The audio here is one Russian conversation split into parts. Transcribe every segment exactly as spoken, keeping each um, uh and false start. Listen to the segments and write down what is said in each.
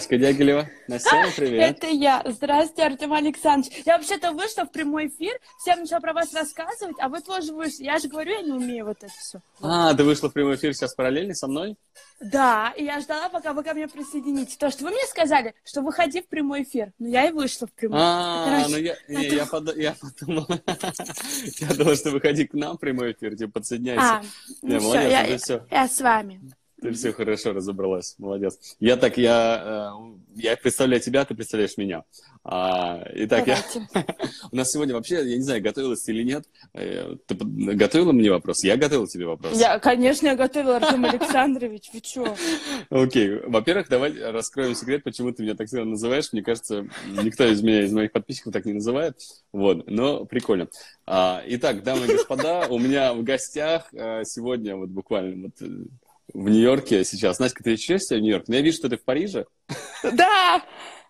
Наська Дягилева. Настя, привет. Это я. Здравствуйте, Артем Александрович. Я вообще-то вышла в прямой эфир, всем начала про вас рассказывать, а вы тоже вышли. Я же говорю, я не умею вот это все. А, ты вышла в прямой эфир сейчас параллельно со мной? Да, и я ждала, пока вы ко мне присоединитесь. То, что вы мне сказали, что выходи в прямой эфир. Ну, я и вышла в прямой эфир. А, ну я, не, я, под, я подумал, я думал, что выходи к нам в прямой эфир, типа подсоединяйся. А, ну все, я, все. я с вами. Ты все хорошо разобралась, молодец. Я так, я, я представляю тебя, ты представляешь меня. А, итак, я, у нас сегодня вообще, я не знаю, готовилась ты или нет. Ты готовила мне вопрос? Я готовил тебе вопрос. Я, конечно, я готовила, Артем Александрович. Вы что? Окей. Во-первых, давай раскроем секрет, почему ты меня так сильно называешь. Мне кажется, никто из меня, из моих подписчиков так не называет. Вот, но прикольно. А, итак, дамы и господа, у меня в гостях сегодня, вот буквально вот в Нью-Йорке сейчас. Настя, ты еще в Нью-Йорке? Но я вижу, что ты в Париже. Да!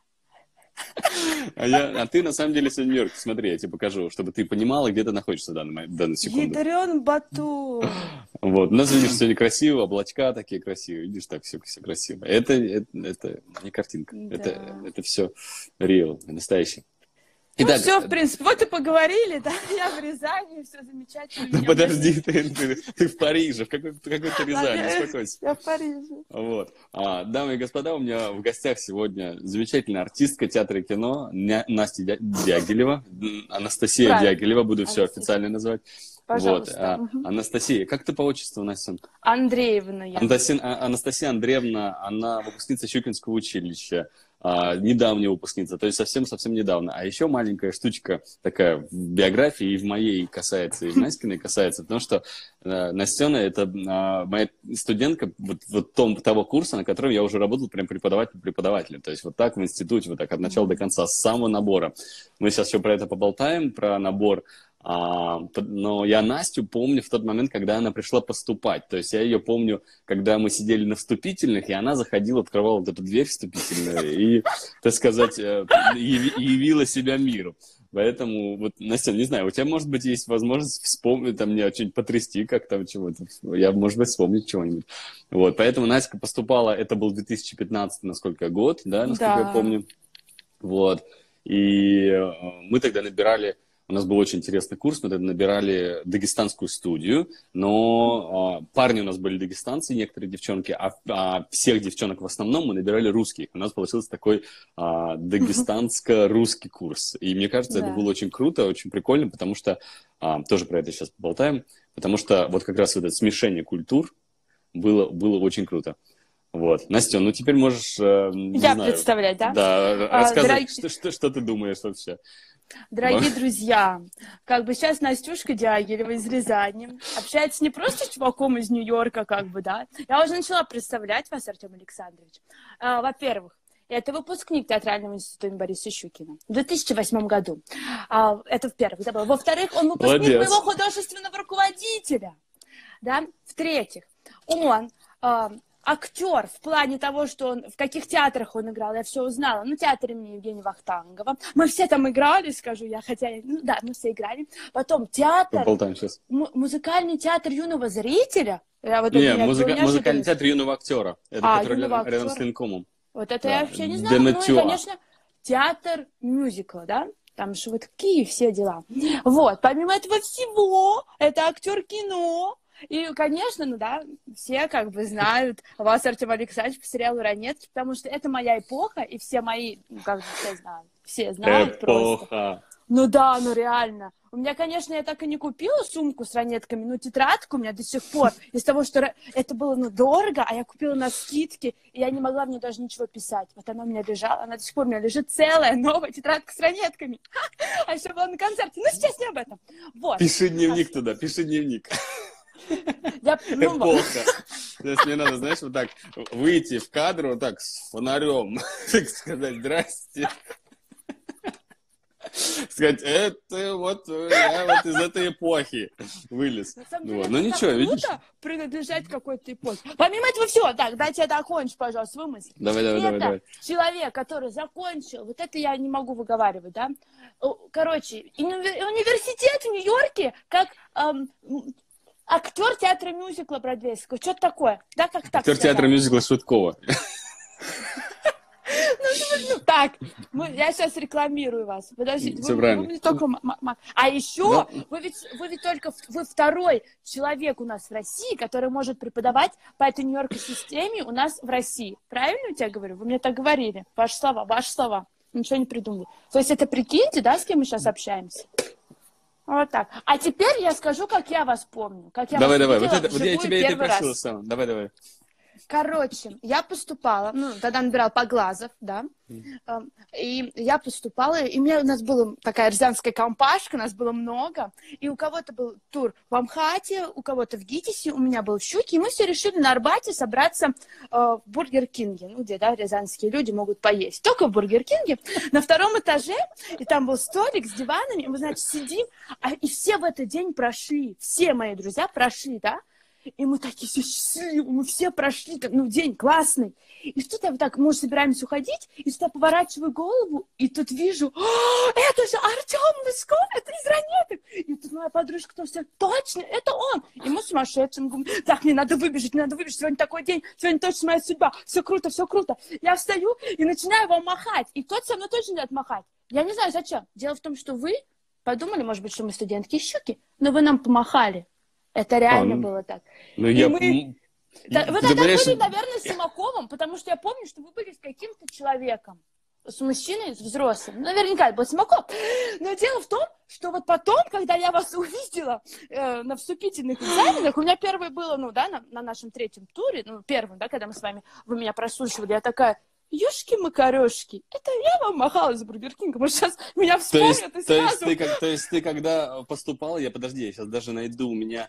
А, я, а ты, на самом деле, сегодня в Нью-Йорке. Смотри, я тебе покажу, чтобы ты понимала, где ты находишься в данную, в данную секунду. Ядрен бату. Вот. У нас, видишь, сегодня красиво, облачка такие красивые. Видишь, так все, все красиво. Это, это, это не картинка. Да. Это, это все реал, настоящее. Итак, ну все, в принципе, вот и поговорили, да, я в Рязани, все замечательно. Ну подожди, ты, ты, ты в Париже, в какой, какой-то Рязани, успокойся. Я в Париже. Вот. А, дамы и господа, у меня в гостях сегодня замечательная артистка театра и кино Настя Дягилева, Анастасия Правильно. Дягилева, буду все официально называть. Пожалуйста. Вот. А, Анастасия, как ты по отчеству, Настя? Андреевна. Я. Анастасия, Анастасия Андреевна, она выпускница Щукинского училища. А, недавняя выпускница, то есть совсем-совсем недавно. А еще маленькая штучка такая в биографии и в моей касается, и в Настиной касается, потому что э, Настена — это э, моя студентка вот, вот том, того курса, на котором я уже работал прям преподавателем-преподавателем. То есть вот так в институте, вот так от начала до конца, с самого набора. Мы сейчас еще про это поболтаем, про набор. А, но я Настю помню в тот момент, когда она пришла поступать. То есть я ее помню, когда мы сидели на вступительных, и она заходила, открывала вот эту дверь вступительную и, так сказать, явила себя миру. Поэтому, вот, Настя, не знаю, у тебя, может быть, есть возможность вспомнить, там, мне что-нибудь потрясти, как там чего-то. Я, может быть, вспомнить чего-нибудь. Вот, поэтому Настя поступала, это был две тысячи пятнадцатый, насколько год, да, насколько да. я помню. Вот, и мы тогда набирали... У нас был очень интересный курс, мы тогда набирали дагестанскую студию, но а, парни у нас были дагестанцы, некоторые девчонки, а, а всех девчонок в основном мы набирали русских. У нас получился такой а, дагестанско-русский курс. И мне кажется, да. это было очень круто, очень прикольно, потому что, а, тоже про это сейчас поболтаем, потому что вот как раз вот это смешение культур было, было очень круто. Вот. Настя, ну теперь можешь... Э, не Я знаю, представлять, да? Да, рассказать, а, дорог... что, что, что ты думаешь вообще. Дорогие да. друзья, как бы сейчас Настюшка Дягилева из Рязани общается не просто с чуваком из Нью-Йорка, как бы, да. Я уже начала представлять вас, Артем Александрович. А, во-первых, это выпускник театрального института имени Бориса Щукина в две тысячи восьмом году. А, это в-первых, да, во-вторых, он выпускник Молодец. моего художественного руководителя. Да? В-третьих, он... А, актер в плане того, что он, в каких театрах он играл, я все узнала. Ну, театр имени Евгения Вахтангова. Мы все там играли, скажу я, хотя, ну да, мы все играли. Потом театр, м- музыкальный театр юного зрителя. Я вот не, музыка, музыкальный театр юного актера. Это а, который юного рядом, рядом актера. с Линкомом. Вот это да. я вообще не знала. Ну и, конечно, театр мюзикла, да? Там же вот какие все дела. Вот, помимо этого всего, это актер кино. И, конечно, ну да, все как бы знают вас, Артем Александрович, по сериалу «Ранетки», потому что это моя эпоха, и все мои, ну как бы все знают, все знают эпоха. Просто. Ну да, ну реально. У меня, конечно, я так и не купила сумку с ранетками, но тетрадку у меня до сих пор, из того, что это было, ну, дорого, а я купила на скидке, и я не могла мне даже ничего писать. Вот она у меня лежала, она до сих пор у меня лежит целая новая тетрадка с ранетками. А еще была на концерте. Ну, сейчас не об этом. Вот. Пиши дневник а... туда, пиши дневник. Я, ну, эпоха. То есть мне надо, знаешь, вот так выйти в кадр, вот так с фонарем, так сказать, здрасте. Сказать, это вот я вот из этой эпохи вылез. На самом деле, вот. это Ну так ничего, круто видишь? принадлежать какой-то эпохе. Помимо этого всего, так, дайте я докончу, пожалуйста, свою мысль. Давай, давай, это давай, давай. человек, который закончил, вот это я не могу выговаривать, да? Короче, университет в Нью-Йорке, как эм, актер театра мюзикла бродвейского, что-то такое, да, как так Актер театра мюзикла Шуткова. Так, мы, я сейчас рекламирую вас. Подождите, Все вы, правильно. вы не только... А еще да. вы, ведь, вы ведь только вы второй человек у нас в России, который может преподавать по этой Нью-Йоркской системе у нас в России. Правильно я тебе говорю? Вы мне так говорили. Ваши слова, ваши слова. Ничего не придумали. То есть это прикиньте, да, с кем мы сейчас общаемся? Вот так. А теперь я скажу, как я вас помню. Как я давай, вас давай. видела, Вот, это, вот я тебя это просила сам. Давай, давай. Короче, я поступала, ну, тогда набирала Поглазов, да, mm. и я поступала, и у, меня, у нас была такая рязанская компашка, нас было много, и у кого-то был тур в Амхате, у кого-то в ГИТИСе, у меня был в Щуке, и мы все решили на Арбате собраться э, в Бургер Кинге, ну, где, да, рязанские люди могут поесть, только в Бургер Кинге, на втором этаже, и там был столик с диванами, и мы, значит, сидим, а, и все в этот день прошли, все мои друзья прошли, да, и мы такие все счастливы, мы все прошли, ну, день классный. И тут я вот так, мы уже собираемся уходить, и тут я поворачиваю голову, и тут вижу, это же Артем Лысков, это из Ранеток. И тут моя подружка тоже все, точно, это он. И мы сумасшедшим говорим, так, мне надо выбежать, мне надо выбежать, сегодня такой день, сегодня точно моя судьба, все круто, все круто. Я встаю и начинаю вам махать, и тот со мной точно будет махать. Я не знаю, зачем. Дело в том, что вы подумали, может быть, что мы студентки из Щуки, но вы нам помахали. Это реально а, ну, было так. Ну, я... мы... да, вы тогда понимаешь... были, наверное, с Симаковым, потому что я помню, что вы были с каким-то человеком, с мужчиной, с взрослым. Наверняка это был Симаков. Но дело в том, что вот потом, когда я вас увидела э, на вступительных экзаменах, у меня первое было, ну, да, на, на нашем третьем туре, ну, первым, да, когда мы с вами, вы меня прослушивали, я такая... Ёшки-макарешки, это я вам махала за Бургер Кинг, может, сейчас меня вспомнят то есть, и сразу... То есть, ты, как, то есть ты когда поступала, я, подожди, я сейчас даже найду, у меня,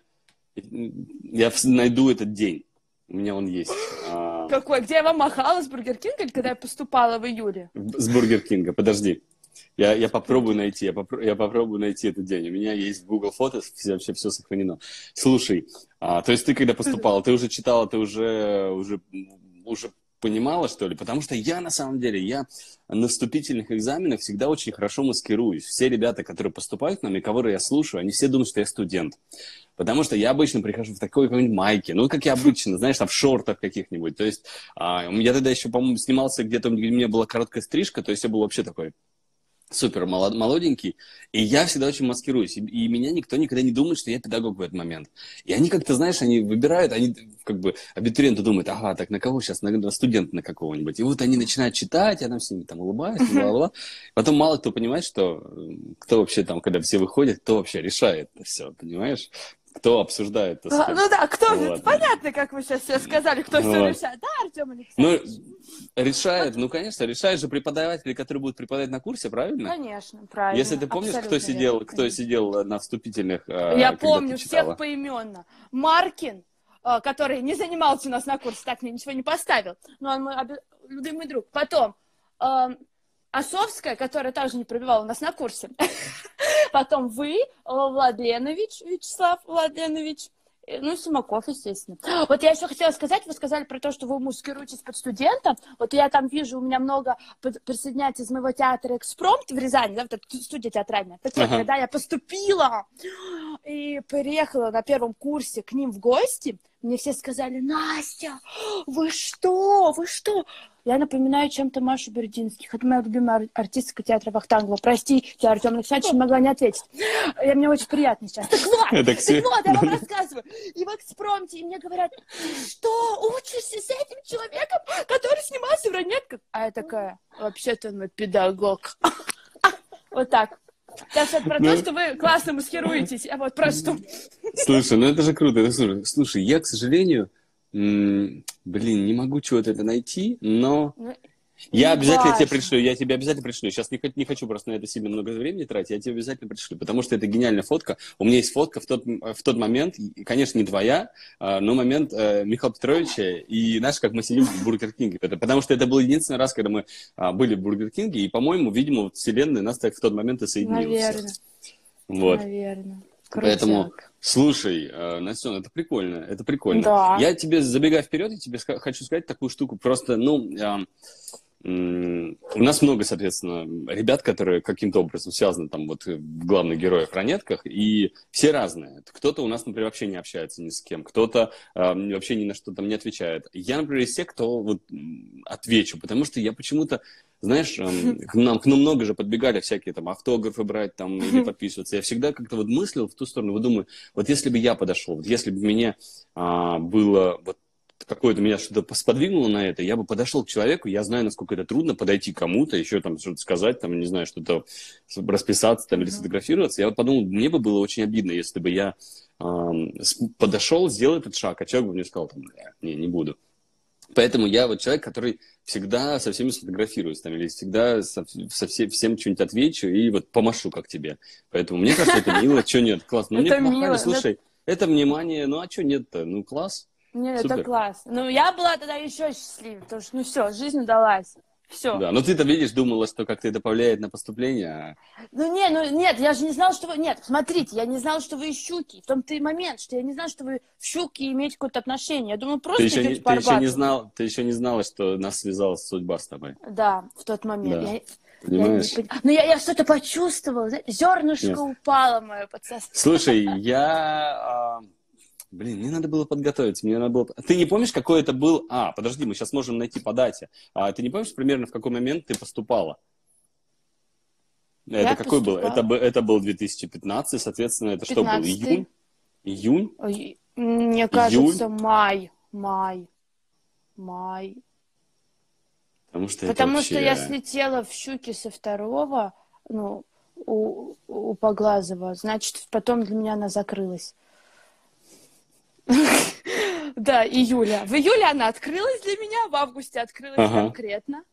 я найду этот день, у меня он есть. Какой? Где я вам махала с Бургер Кинга, или когда я поступала в июле? С Бургер Кинга, подожди. Я, я попробую найти, я, попро- я попробую найти этот день. У меня есть в Google Photos, вообще все сохранено. Слушай, а, то есть ты когда поступала, ты уже читала, ты уже, уже, уже понимала, что ли? Потому что я, на самом деле, я на вступительных экзаменах всегда очень хорошо маскируюсь. Все ребята, которые поступают к нам, и кого я слушаю, они все думают, что я студент. Потому что я обычно прихожу в такой какой-нибудь майке, ну, как я обычно, знаешь, там в шортах каких-нибудь. То есть а, я тогда еще, по-моему, снимался где-то, где у меня была короткая стрижка, то есть я был вообще такой... супер молоденький, и я всегда очень маскируюсь, и, и меня никто никогда не думает, что я педагог в этот момент. И они как-то, знаешь, они выбирают, они как бы, абитуриенты думают, ага, так на кого сейчас, на, на студента на какого-нибудь. И вот они начинают читать, я там с ними там улыбаюсь, бла-бла-бла. Потом мало кто понимает, что кто вообще там, когда все выходят, кто вообще решает это все, понимаешь? Кто обсуждает это? А, ну да, кто? Вот. Понятно, как вы сейчас все сказали, кто вот. Все решает. Да, Артем Александрович? Ну, решает, ну, конечно, решает же преподаватели, которые будут преподавать на курсе, правильно? Конечно, правильно. Если ты помнишь, кто сидел, верно, кто сидел на вступительных... Я помню всех поименно. Маркин, который не занимался у нас на курсе, так мне ничего не поставил, но он мой любимый друг. Потом... Осовская, которая также не пробивала у нас на курсе. Потом вы, Владленович, Вячеслав Владленович, ну и Симаков, естественно. Вот я еще хотела сказать, вы сказали про то, что вы маскируетесь под студента. Вот я там вижу, у меня много присоединяется из моего театра «Экспромт» в Рязани, да, вот эта студия театральная. Так вот, ага. Когда я поступила и приехала на первом курсе к ним в гости, мне все сказали: Настя, вы что, вы что? Я напоминаю чем-то Машу Бердинских. Это моя любимая артистка театра Вахтангова. Простите, Артем Александрович, не могла не ответить. Я, мне очень приятно сейчас. Так вот, так вот, я вам рассказываю. И в «Экспромте», и мне говорят: что, учишься с этим человеком, который снимался в «Ранетках»? А я такая: вообще-то он педагог. Вот так. Сейчас это про ну, то, что вы классно маскируетесь, а вот про что. Слушай, ну это же круто. Слушай, слушай, я, к сожалению, м- блин, не могу чего-то это найти, но ну, я обязательно важно. тебе пришлю, я тебе обязательно пришлю. Сейчас не, не хочу просто на это себе много времени тратить, я тебе обязательно пришлю, потому что это гениальная фотка. У меня есть фотка в тот, в тот момент, конечно, не твоя, но момент э, Михаила Петровича, и знаешь, как мы сидим в Бургер Кинге. Это, потому что это был единственный раз, когда мы а, были в Бургер Кинге, и, по-моему, видимо, вот вселенная нас так в тот момент и соединила. Наверное. Вот. Наверное. Поэтому, слушай, э, Настен, это прикольно, это прикольно. Да. Я тебе, забегая вперед, я тебе хочу сказать такую штуку. Просто, ну, э, э, у нас много, соответственно, ребят, которые каким-то образом связаны там вот в главных героях в «Ранетках», и все разные. Кто-то у нас, например, вообще не общается ни с кем, кто-то э, вообще ни на что там не отвечает. Я, например, из тех, кто вот отвечу, потому что я почему-то, знаешь, эм, к нам, к нам много же подбегали всякие там автографы брать там или подписываться. Я всегда как-то вот мыслил в ту сторону, вот думаю, вот если бы я подошел, вот если бы мне а, было вот какое-то меня что-то сподвинуло на это, я бы подошел к человеку, я знаю, насколько это трудно подойти к кому-то, еще там что-то сказать, там, не знаю, что-то расписаться там или сфотографироваться. Я вот подумал, мне бы было очень обидно, если бы я эм, подошел, сделал этот шаг, а человек бы мне сказал, там, не, не буду. Поэтому я вот человек, который всегда со всеми сфотографируюсь, там, или всегда со, со всем, всем что-нибудь отвечу и вот помашу, как тебе. Поэтому мне кажется, это мило, что нет, класс. Ну, мне помахали, слушай, это внимание, ну, а что нет-то, ну, класс. Нет, супер. Это класс. Ну, я была тогда еще счастливее, потому что, ну, все, жизнь удалась. Все. Да, но ты-то, видишь, думала, что как-то это повлияет на поступление. А... Ну, не, ну, нет, я же не знала, что вы... Нет, смотрите, я не знала, что вы из Щуки. В том-то и момент, что я не знала, что вы в Щуке имеете какое-то отношение. Я думала, просто ты еще идете не, по ты еще не Арбату. знал, ты еще не знала, что нас связала судьба с тобой. Да, в тот момент. Да. Я... Понимаешь? Я не... Ну, я, я что-то почувствовала. Зернышко Нет. упало мое подсознание. Слушай, я... Блин, мне надо было подготовиться, мне надо было... Ты не помнишь, какой это был... А, подожди, мы сейчас можем найти по дате. А ты не помнишь примерно, в какой момент ты поступала? Я это какой поступала. был? Это, это был две тысячи пятнадцатый, соответственно, это пятнадцатый. Что был? Июнь? Июнь? Ой, мне кажется, Июль? май. Май. Май. Потому что, Потому вообще... что я слетела в Щуки со второго, ну, у, у Поглазова. Значит, потом для меня она закрылась. Да, июля. В июле она открылась для меня, в августе открылась ага. конкретно.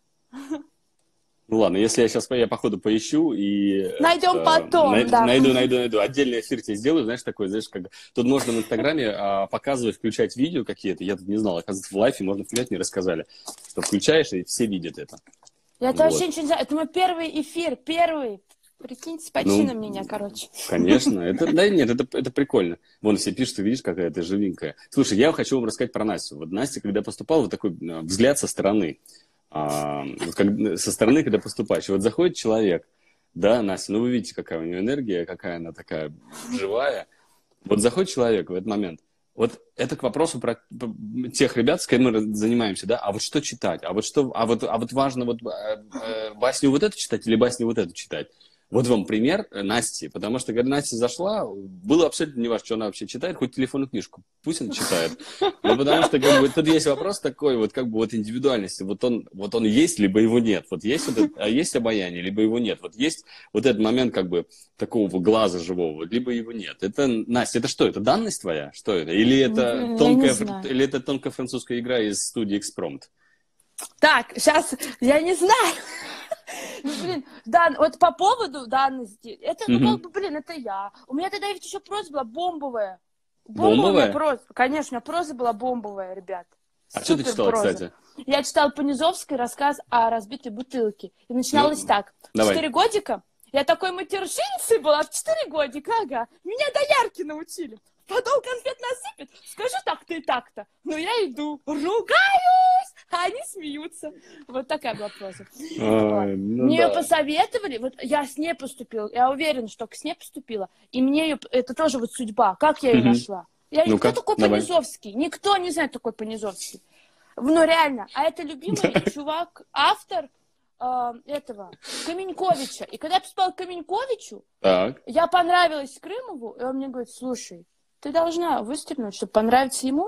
Ну ладно, если я сейчас я походу поищу и... Найдем э, потом, най- да. Найду, найду, найду. Отдельный эфир тебе сделаю, знаешь, такой, знаешь, как... Тут можно в Инстаграме а, показывать, включать видео какие-то. Я тут не знал, оказывается, в лайфе можно включать, мне рассказали. Что включаешь, и все видят это. Я вот. вообще ничего не знаю. Это мой первый эфир, первый. Прикиньте, с почином ну, меня, короче. Конечно. Это, да нет, это, это прикольно. Вон все пишут, ты видишь, какая ты живенькая. Слушай, я хочу вам рассказать про Настю. Вот Настя, когда поступала, вот такой взгляд со стороны. А, вот как, со стороны, когда поступаешь. И вот заходит человек, да, Настя, ну вы видите, какая у нее энергия, какая она такая живая. Вот заходит человек в этот момент. Вот это к вопросу про тех ребят, с кем мы занимаемся, да, а вот что читать, а вот что, а вот, а вот важно вот э, э, басню вот эту читать или басню вот эту читать. Вот вам пример Насти, потому что когда Настя зашла, было абсолютно не важно, что она вообще читает, хоть телефонную книжку, пусть она читает. Но потому что как бы, тут есть вопрос такой, вот как бы вот индивидуальности, вот он, вот он есть, либо его нет, вот есть, вот это, есть обаяние, либо его нет, вот есть вот этот момент как бы такого глаза живого, либо его нет. Это, Настя, это что, это данность твоя? Что это? Или это, тонкая, или это тонкая французская игра из студии Экспромт? Так, сейчас, я не знаю. Ну, блин, да, вот по поводу данности, это, ну, как бы, блин, это я. У меня тогда ведь еще проза была бомбовая. Бомбовая? Проза. Конечно, проза была бомбовая, ребят. А Супер что ты читала, проза. Кстати? Я читала Понизовский рассказ о разбитой бутылке. И начиналось ну, так. Давай. Четыре годика. Я такой матершинцей была в четыре годика, ага. Меня доярки научили. Подол конфет насыпет, скажу так-то и так-то. Но я иду, ругаюсь, а они смеются. Вот такая была проза. А, ну мне да. ее посоветовали, вот я с ней поступила, я уверена, что с ней поступила. И мне ее, это тоже вот судьба, как я ее угу. нашла. Я, ну кто такой давай. Понизовский? Никто не знает, такой Понизовский. Ну реально, а это любимый чувак, автор э, этого, Каменьковича. И когда я поступала к Каменьковичу, так. я понравилась Крымову, и он мне говорит, слушай, ты должна выстрелить, чтобы понравиться ему.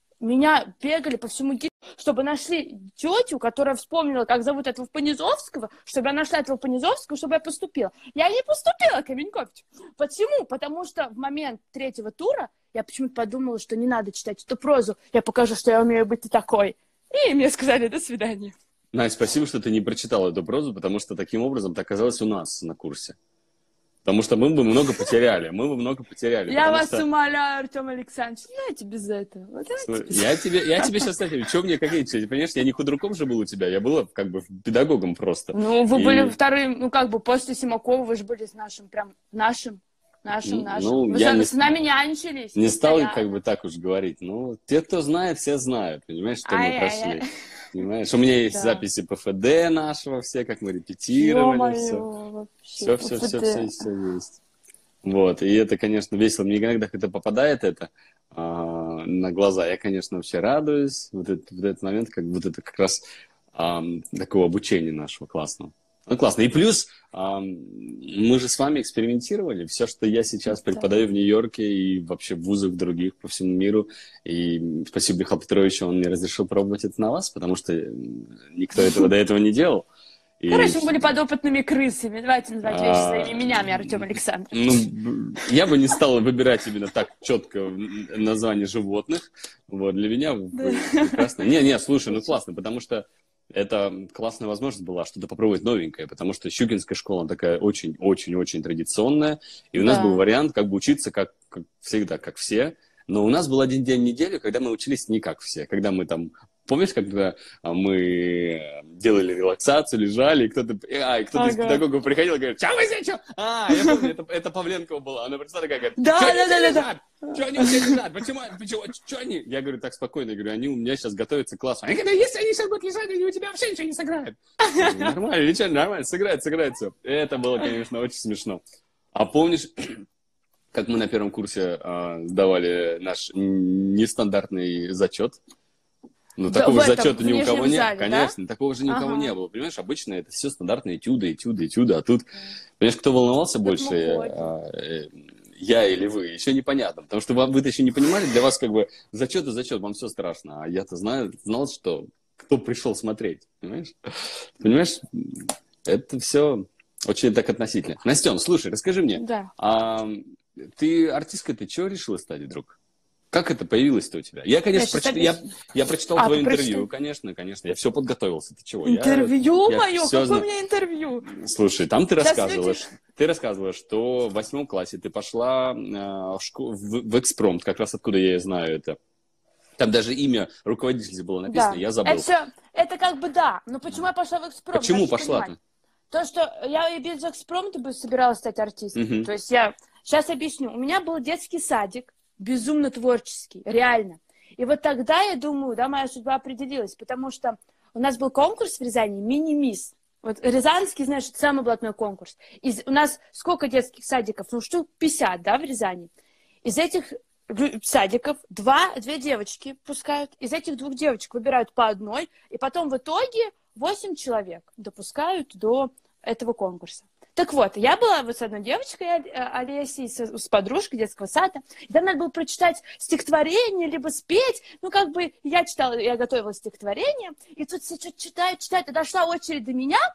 Меня бегали по всему гиду, чтобы нашли тетю, которая вспомнила, как зовут этого Понизовского, чтобы я нашла этого Понизовского, чтобы я поступила. Я не поступила к Каменьковичу. Почему? Потому что в момент третьего тура я почему-то подумала, что не надо читать эту прозу. Я покажу, что я умею быть и такой. И мне сказали, до свидания. Настя, спасибо, что ты не прочитала эту прозу, потому что таким образом ты оказалась у нас на курсе. Потому что мы бы много потеряли. Мы бы много потеряли. Я вас что... умоляю, Артем Александрович, давайте без этого. Давайте без я, тебе, я тебе сейчас скажу, что мне какие ты понимаешь, я не худруком же был у тебя, я была как бы педагогом просто. Ну, вы и... были вторым, ну как бы после Симакова вы же были с нашим, прям нашим, нашим, нашим. Ну, вы я с, не... с нами нянчились. Не стал как бы так уж говорить. Ну, те, кто знает, все знают, понимаешь, что мы прошли. Понимаешь, у меня есть да. записи ПФД нашего, все, как мы репетировали. Все. Все, все, все, все, все есть. Вот, и это, конечно, весело. Мне иногда, когда попадает это а, на глаза, я, конечно, вообще радуюсь. Вот, это, вот этот момент, как вот это как раз а, такого обучения нашего классного. Ну, классно. И плюс, а, мы же с вами экспериментировали. Все, что я сейчас преподаю в Нью-Йорке и вообще в вузах других по всему миру. И спасибо Михаилу Петровичу, он мне разрешил пробовать это на вас, потому что никто этого до этого не делал. И... Короче, мы были подопытными крысами. Давайте называть вещи а... своими именами, Артем Александрович. Ну, я бы не стал выбирать именно так четко название животных. Вот, для меня прекрасно. Не-не, слушай, ну классно, потому что это классная возможность была что-то попробовать новенькое, потому что Щукинская школа такая очень-очень-очень традиционная, и у нас да. был вариант как бы учиться как, как всегда, как все, но у нас был один день в неделю, когда мы учились не как все, когда мы там, помнишь, когда мы делали релаксацию, лежали, и кто-то, а, и кто-то ага. из педагогов приходил и говорит, что вы здесь, что? А, я помню, это, это Павленкова была, она пришла такая, говорит, да, что да, они да, все да, лежат? Что они все лежат? Почему? Почему? Что они? Я говорю, так спокойно, я говорю, они у меня сейчас готовятся к классу. Они говорят, если они сейчас будут лежать, они у тебя вообще ничего не сыграют. Нормально, ничего, нормально, сыграет, сыграет все. Это было, конечно, очень смешно. А помнишь, как мы на первом курсе э, сдавали наш нестандартный зачет? Ну, да, такого же зачета ни у кого нет. Зале, конечно, да? Такого же ни у ага. кого не было. Понимаешь, обычно это все стандартные этюды, этюды, этюды. А тут, понимаешь, кто волновался тут больше, э, э, я или вы, еще непонятно. Потому что вы-то еще не понимали, для вас как бы зачет и зачет, вам все страшно. А я-то знаю, знал, что кто пришел смотреть. Понимаешь? Понимаешь, это все очень так относительно. Настен, слушай, расскажи мне, да. а, ты артисткой, ты чего решила стать вдруг? Как это появилось-то у тебя? Я, конечно, я, прочит... я, я прочитал а, твое интервью, прочитал? конечно, конечно. Я все подготовился. Ты чего? Интервью я, мое? Я Какое зна... у меня интервью? Слушай, там ты рассказывала, люди... ты рассказывала, что в восьмом классе ты пошла э, в, школ... в, в экспромт, как раз откуда я знаю это. Там даже имя руководительницы было написано, да. я забыл. Это, все, это как бы да, но почему я пошла в экспромт? Почему пошла-то? То, что я и без экспромта бы собиралась стать артисткой. Uh-huh. То есть я... Сейчас объясню. У меня был детский садик, безумно творческий, реально. И вот тогда, я думаю, да, моя судьба определилась, потому что у нас был конкурс в Рязани, мини-мисс. Вот Рязанский, знаешь, это самый блатной конкурс. Из, у нас сколько детских садиков? Ну, штук пятьдесят, да, в Рязани. Из этих садиков два, две девочки пускают, из этих двух девочек выбирают по одной, и потом в итоге восемь человек допускают до этого конкурса. Так вот, я была вот с одной девочкой, Олесей, с, с подружкой детского сада, и там надо было прочитать стихотворение, либо спеть, ну, как бы, я читала, я готовила стихотворение, и тут все что-то читают, читают, и дошла очередь до меня,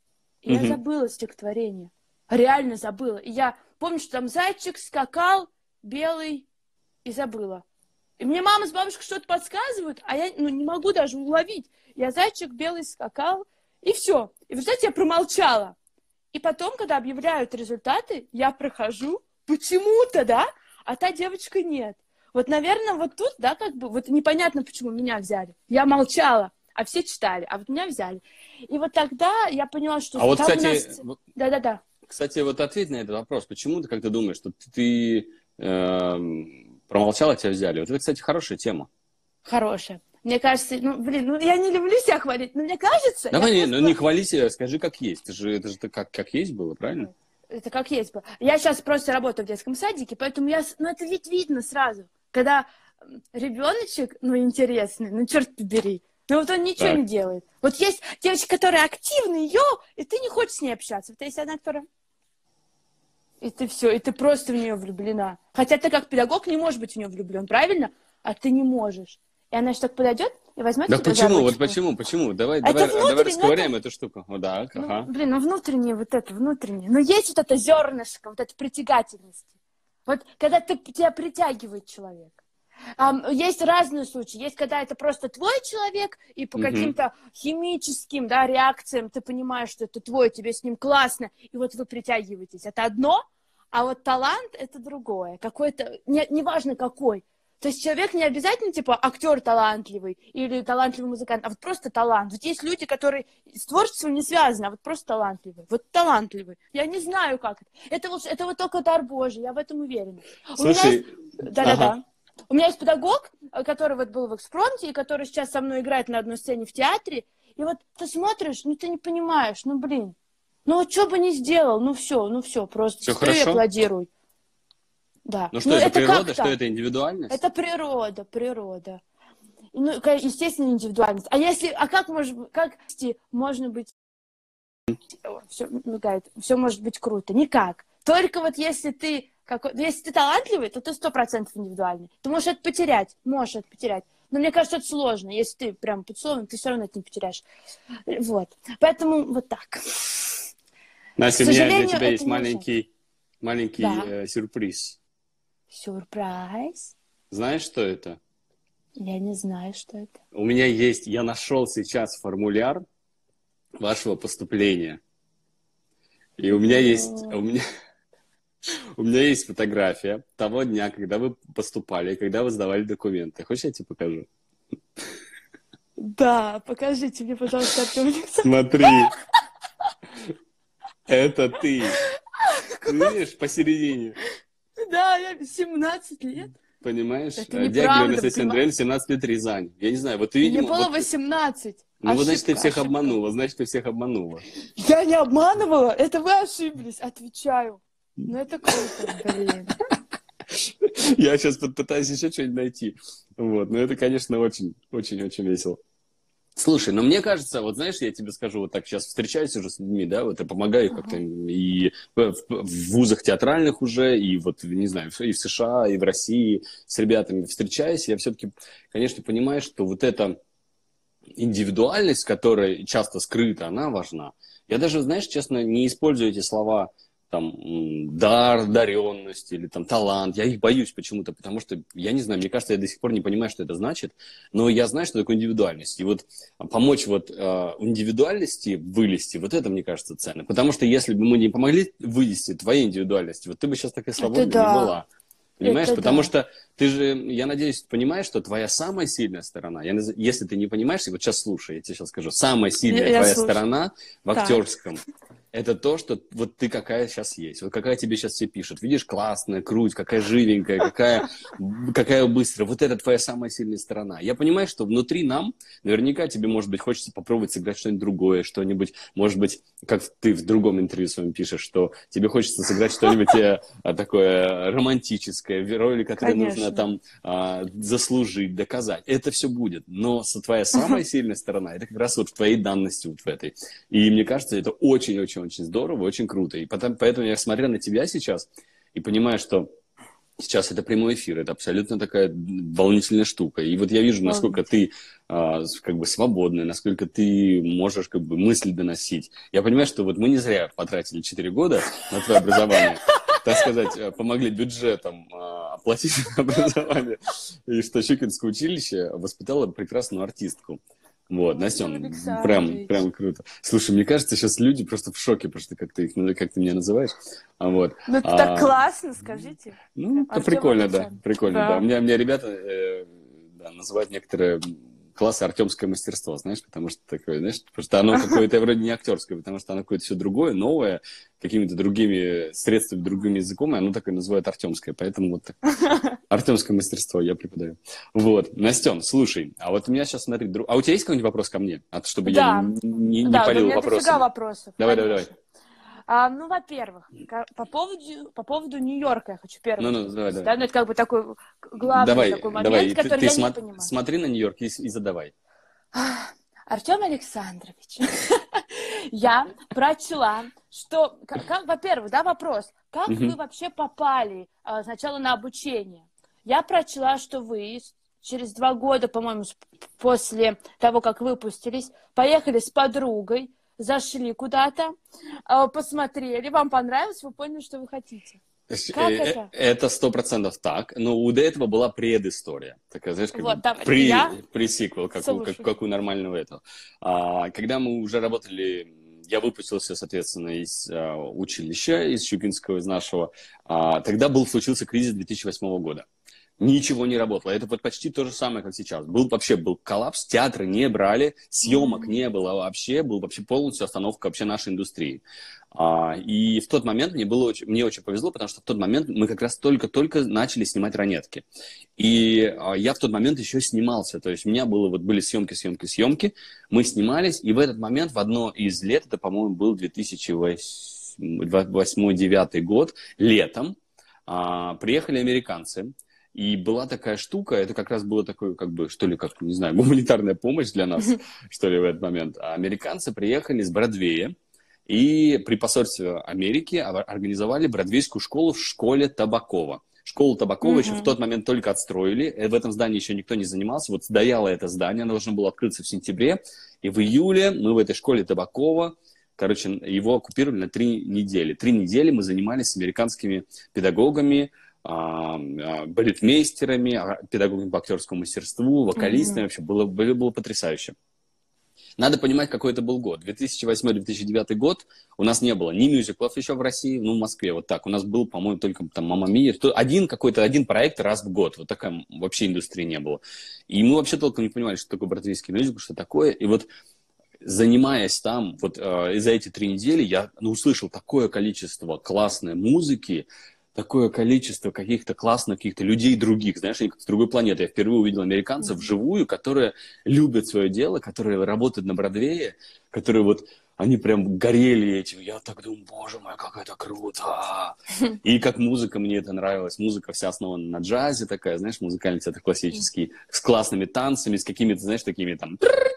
и mm-hmm. я забыла стихотворение, реально забыла, и я помню, что там зайчик скакал, белый, и забыла. И мне мама с бабушкой что-то подсказывают, а я, ну, не могу даже уловить. Я зайчик белый скакал, и все. И в результате я промолчала. И потом, когда объявляют результаты, я прохожу почему-то, да, а та девочка нет. Вот, наверное, вот тут, да, как бы, вот непонятно, почему меня взяли. Я молчала, а все читали, а вот меня взяли. И вот тогда я поняла, что... А вот, кстати... Нас... Да-да-да. Кстати, вот ответь на этот вопрос. Почему ты, как ты думаешь, что ты э, промолчала, тебя взяли? Вот это, кстати, хорошая тема. Хорошая. Мне кажется, ну, блин, ну, я не люблю себя хвалить, но мне кажется... Давай, не, просто... ну, не хвали себя, скажи, как есть. Это же, это же как, как есть было, правильно? Это как есть было. Я сейчас просто работаю в детском садике, поэтому я... Ну, это ведь видно сразу. Когда ребеночек, ну, интересный, ну, черт побери, ну, вот он ничего так. не делает. Вот есть девочка, которая активная, ее, и ты не хочешь с ней общаться. Вот есть одна, которая... И ты все, и ты просто в нее влюблена. Хотя ты как педагог не можешь быть в нее влюблен, правильно? А ты не можешь. И она же так подойдет и возьмет да тебя почему? за Вот почему? Почему? Давай, это давай, давай расковыряем это... эту штуку. О, да, ну, ага. Блин, ну внутреннее вот это, внутреннее. Но есть вот это зернышко, вот эта притягательность. Вот когда ты, тебя притягивает человек. Um, есть разные случаи. Есть, когда это просто твой человек, и по uh-huh. каким-то химическим, да, реакциям ты понимаешь, что это твой, тебе с ним классно, и вот вы притягиваетесь. Это одно, а вот талант — это другое. Какой-то, не, неважно какой. То есть человек не обязательно, типа, актер талантливый или талантливый музыкант, а вот просто талант. Вот есть люди, которые с творчеством не связаны, а вот просто талантливый. Вот талантливый. Я не знаю, как это. Это вот, это вот только дар Божий, я в этом уверена. Слушай... Да-да-да. Ага. У меня есть педагог, который вот был в экспромте, и который сейчас со мной играет на одной сцене в театре. И вот ты смотришь, ну ты не понимаешь, ну блин. Ну вот что бы ни сделал, ну все, ну все, просто все стой и аплодируй. Да. Ну что, ну, это, это природа, что это индивидуальность? Это природа, природа. Ну, естественно, индивидуальность. А если, а как может, как можно быть, все мигает, все может быть круто? Никак. Только вот если ты, как, если ты талантливый, то ты сто процентов индивидуальный. Ты можешь это потерять, можешь это потерять. Но мне кажется, это сложно. Если ты прям под словом, ты все равно это не потеряешь. Вот. Поэтому вот так. Настя, у меня для тебя есть маленький, маленький да. э, сюрприз. Сюрприз? Знаешь, что это? Я не знаю, что это. У меня есть, я нашел сейчас формуляр вашего поступления. И у меня есть, у меня, у меня есть фотография того дня, когда вы поступали, когда вы сдавали документы. Хочешь, я тебе покажу? Да, покажите мне, пожалуйста, Артем Александрович. Смотри. Это ты. Ты видишь, посередине. Да, я семнадцать лет. Понимаешь? Это Дягилев Анастасия Андреевна, семнадцать лет, Рязань. Я не знаю, вот ты, видимо... Мне было вот... восемнадцать. Ну, вот, значит, ты всех ошибка. обманула, значит, ты всех обманула. Я не обманывала, это вы ошиблись, отвечаю. Ну, это круто, блин. Я сейчас попытаюсь еще что-нибудь найти. Вот, но это, конечно, очень, очень, очень весело. Слушай, ну мне кажется, вот знаешь, я тебе скажу, вот так сейчас встречаюсь уже с людьми, да, вот я помогаю как-то uh-huh. и в, в вузах театральных уже, и вот, не знаю, и в США, и в России с ребятами встречаюсь, я все-таки, конечно, понимаю, что вот эта индивидуальность, которая часто скрыта, она важна. Я даже, знаешь, честно, не использую эти слова там дар, одаренность или там талант. Я их боюсь почему-то, потому что, я не знаю, мне кажется, я до сих пор не понимаю, что это значит, но я знаю, что такое индивидуальность. И вот помочь вот э, индивидуальности вылезти, вот это, мне кажется, ценно. Потому что если бы мы не помогли вылезти твоей индивидуальности, вот ты бы сейчас такая свободная да. не была. Понимаешь? Это Потому да. что ты же, я надеюсь, понимаешь, что твоя самая сильная сторона, я, если ты не понимаешь, вот сейчас слушай, я тебе сейчас скажу, самая сильная я твоя слушаю. Сторона в актерском. Так. Это то, что вот ты какая сейчас есть, вот какая тебе сейчас все пишут. Видишь, классная, круть, какая живенькая, какая, какая быстрая. Вот это твоя самая сильная сторона. Я понимаю, что внутри нам, наверняка тебе, может быть, хочется попробовать сыграть что-нибудь другое, что-нибудь, может быть, как ты в другом интервью своем пишешь, что тебе хочется сыграть что-нибудь такое романтическое, роли, которые нужно там заслужить, доказать. Это все будет. Но твоя самая сильная сторона, это как раз вот в твоей данности вот в этой. И мне кажется, это очень-очень очень здорово, очень круто. И потом, поэтому я смотрю на тебя сейчас и понимаю, что сейчас это прямой эфир, это абсолютно такая волнительная штука. И вот я вижу, насколько ты а, как бы свободная, насколько ты можешь как бы мысли доносить. Я понимаю, что вот мы не зря потратили четыре года на твое образование, так сказать, помогли бюджетом а, оплатить образование, и что Щукинское училище воспитало прекрасную артистку. Вот, Настен, прям, прям круто. Слушай, мне кажется, сейчас люди просто в шоке, потому что как ты их, как ты меня называешь. А вот. Ну, это а, так классно, скажите. Ну, это прикольно, да, прикольно, да. да. У меня, у меня ребята э, да, называют некоторые классы артемское мастерство, знаешь, потому что такое, знаешь, потому что оно какое-то вроде не актерское, потому что оно какое-то все другое, новое, какими-то другими средствами, другим языком, и оно такое называют артемское, поэтому вот так. Артемское мастерство я преподаю. Вот, Настен, слушай, а вот у меня сейчас, смотри, друг... а у тебя есть какой-нибудь вопрос ко мне? А, чтобы да. я не, не, не да, палил да, вопросами. Да, вопросов. Давай, конечно. давай, давай. А, ну, во-первых, по поводу, по поводу Нью-Йорка я хочу первым. Ну, ну, давай, да, давай. ну, это как бы такой главный давай, такой момент, давай. который ты, я ты не смо- понимаю. Смотри на Нью-Йорк и, и задавай. Артем Александрович, я прочла, что, как, во-первых, да, вопрос, как вы вообще попали а, сначала на обучение? Я прочла, что вы через два года, по-моему, после того, как выпустились, поехали с подругой, зашли куда-то, посмотрели, вам понравилось, вы поняли, что вы хотите. Как это? Это сто процентов так, но у до этого была предыстория. Такая, знаешь, как вот, бы при, я... пресиквел, как, у, как, как у нормального этого. А, когда мы уже работали, я выпустился, соответственно, из а, училища, из Щукинского, из нашего, а, тогда был, случился кризис две тысячи восьмого года. Ничего не работало. Это вот почти то же самое, как сейчас. Был вообще был коллапс, театры не брали, съемок mm-hmm. не было вообще, был вообще полностью остановка вообще нашей индустрии. А, и в тот момент мне было очень, мне очень повезло, потому что в тот момент мы как раз только-только начали снимать ранетки. И а, я в тот момент еще снимался. То есть у меня было, вот, были съемки, съемки, съемки. Мы снимались, и в этот момент в одно из лет, это, по-моему, был две тысячи восьмой-две тысячи девятый год, летом, а, приехали американцы. И была такая штука, это как раз было такое, как бы, что ли, как, не знаю, гуманитарная помощь для нас, что ли, в этот момент. А американцы приехали с Бродвея, и при посольстве Америки организовали бродвейскую школу в школе Табакова. Школу Табакова mm-hmm. еще в тот момент только отстроили, в этом здании еще никто не занимался. Вот стояло это здание, оно должно было открыться в сентябре, и в июле мы в этой школе Табакова, короче, его оккупировали на три недели. Три недели мы занимались с американскими педагогами, балетмейстерами, педагогами по актерскому мастерству, вокалистами. Mm-hmm. Вообще было, было, было потрясающе. Надо понимать, какой это был год. две тысячи восьмой - две тысячи девятый год. У нас не было ни мюзиклов еще в России, ну, в Москве. Вот так. У нас был, по-моему, только там «Мамма Мия». Один какой-то, один проект раз в год. Вот такая вообще индустрии не было. И мы вообще толком не понимали, что такое бродвейский мюзикл, что такое. И вот занимаясь там, вот э, за эти три недели, я ну, услышал такое количество классной музыки, такое количество каких-то классных каких-то людей других, знаешь, они как с другой планеты. Я впервые увидел американцев mm-hmm. вживую, которые любят свое дело, которые работают на Бродвее, которые вот, они прям горели этим. Я так думаю, боже мой, как это круто! И как музыка мне это нравилось. Музыка вся основана на джазе такая, знаешь, музыкальный театр классический, с классными танцами, с какими-то, знаешь, такими там...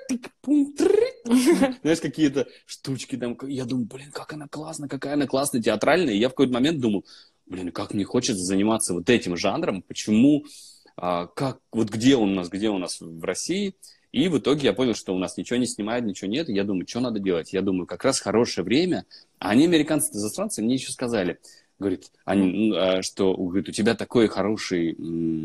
Знаешь, какие-то штучки там. Я думаю, блин, как она классная, какая она классная, театральная. И я в какой-то момент думал, блин, как мне хочется заниматься вот этим жанром, почему, а, как, вот где он у нас, где у нас в России. И в итоге я понял, что у нас ничего не снимают, ничего нет. И я думаю, что надо делать? Я думаю, как раз хорошее время. А они, американцы-иностранцы, мне еще сказали, говорит, они, что говорит, у тебя такой хороший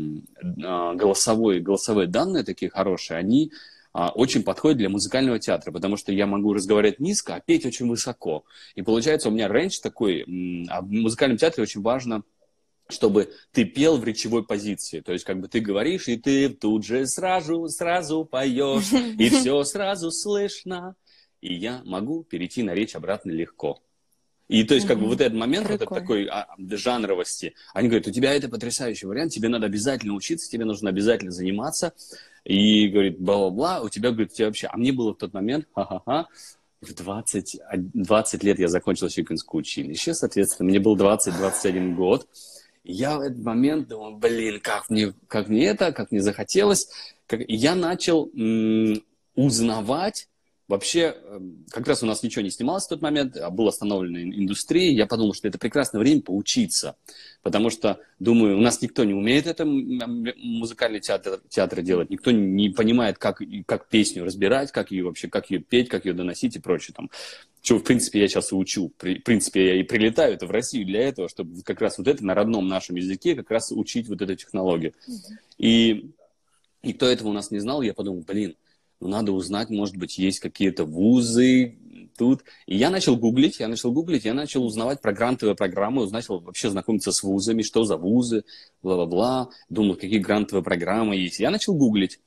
голосовой, голосовые данные такие хорошие, они... очень подходит для музыкального театра, потому что я могу разговаривать низко, а петь очень высоко. И получается у меня рейндж такой, а в музыкальном театре очень важно, чтобы ты пел в речевой позиции. То есть как бы ты говоришь, и ты тут же сразу, сразу поешь, и все сразу слышно. И я могу перейти на речь обратно легко. И то есть, как бы, вот этот момент, вот этот такой а, жанровости, они говорят, у тебя это потрясающий вариант, тебе надо обязательно учиться, тебе нужно обязательно заниматься. И, говорит, бла-бла-бла, у тебя, говорит, у тебя вообще... А мне было в тот момент, ха-ха-ха, в двадцать, двадцать лет я закончил Щукинское училище, соответственно, мне был двадцать - двадцать один год. И я в этот момент думал, блин, как мне, как мне это, как мне захотелось. Как... И я начал м- узнавать. Вообще, как раз у нас ничего не снималось в тот момент, была остановлена индустрия. Я подумал, что это прекрасное время поучиться. Потому что, думаю, у нас никто не умеет это музыкальный театр, театр делать. Никто не понимает, как, как песню разбирать, как ее вообще, как ее петь, как ее доносить и прочее. Там. Что, в принципе, я сейчас и учу. В принципе, я и прилетаю это в Россию для этого, чтобы как раз вот это на родном нашем языке как раз учить вот эту технологию. Mm-hmm. И никто этого у нас не знал. Я подумал, блин, ну, надо узнать, может быть, есть какие-то вузы тут. И я начал гуглить, я начал гуглить, я начал узнавать про грантовые программы, начал вообще знакомиться с вузами, что за вузы, бла-бла-бла. Думал, какие грантовые программы есть. Я начал гуглить.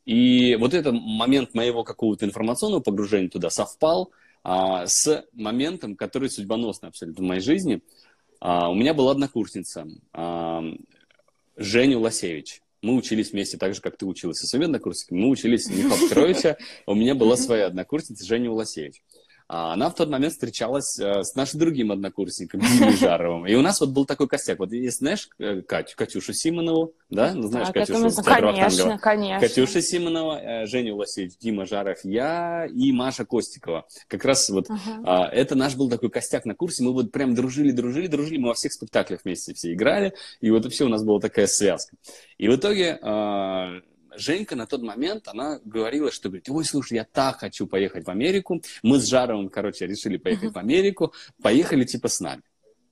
И вот этот момент моего какого-то информационного погружения туда совпал а, с моментом, который судьбоносный абсолютно в моей жизни. А, у меня была однокурсница, а, Женя Лосевич. Мы учились вместе так же, как ты училась со своими однокурсниками. Мы учились в Михаила Петровича. У меня была своя однокурсница Женя Уласевич. Она в тот момент встречалась с нашим другим однокурсником Димой Жаровым. И у нас вот был такой костяк. Вот есть, знаешь, Катю, Катюшу Симонову, да? Ну, знаешь, так, Катюшу. Это, конечно, конечно. Катюша Симонова, Женя Уласевич, Дима Жаров, я и Маша Костикова. Как раз вот uh-huh. это наш был такой костяк на курсе. Мы вот прям дружили, дружили, дружили. Мы во всех спектаклях вместе все играли. И вот вообще у нас была такая связка. И в итоге... Женька на тот момент, она говорила, что, говорит, ой, слушай, я так хочу поехать в Америку. Мы с Жаровым, короче, решили поехать uh-huh. в Америку. Поехали типа с нами.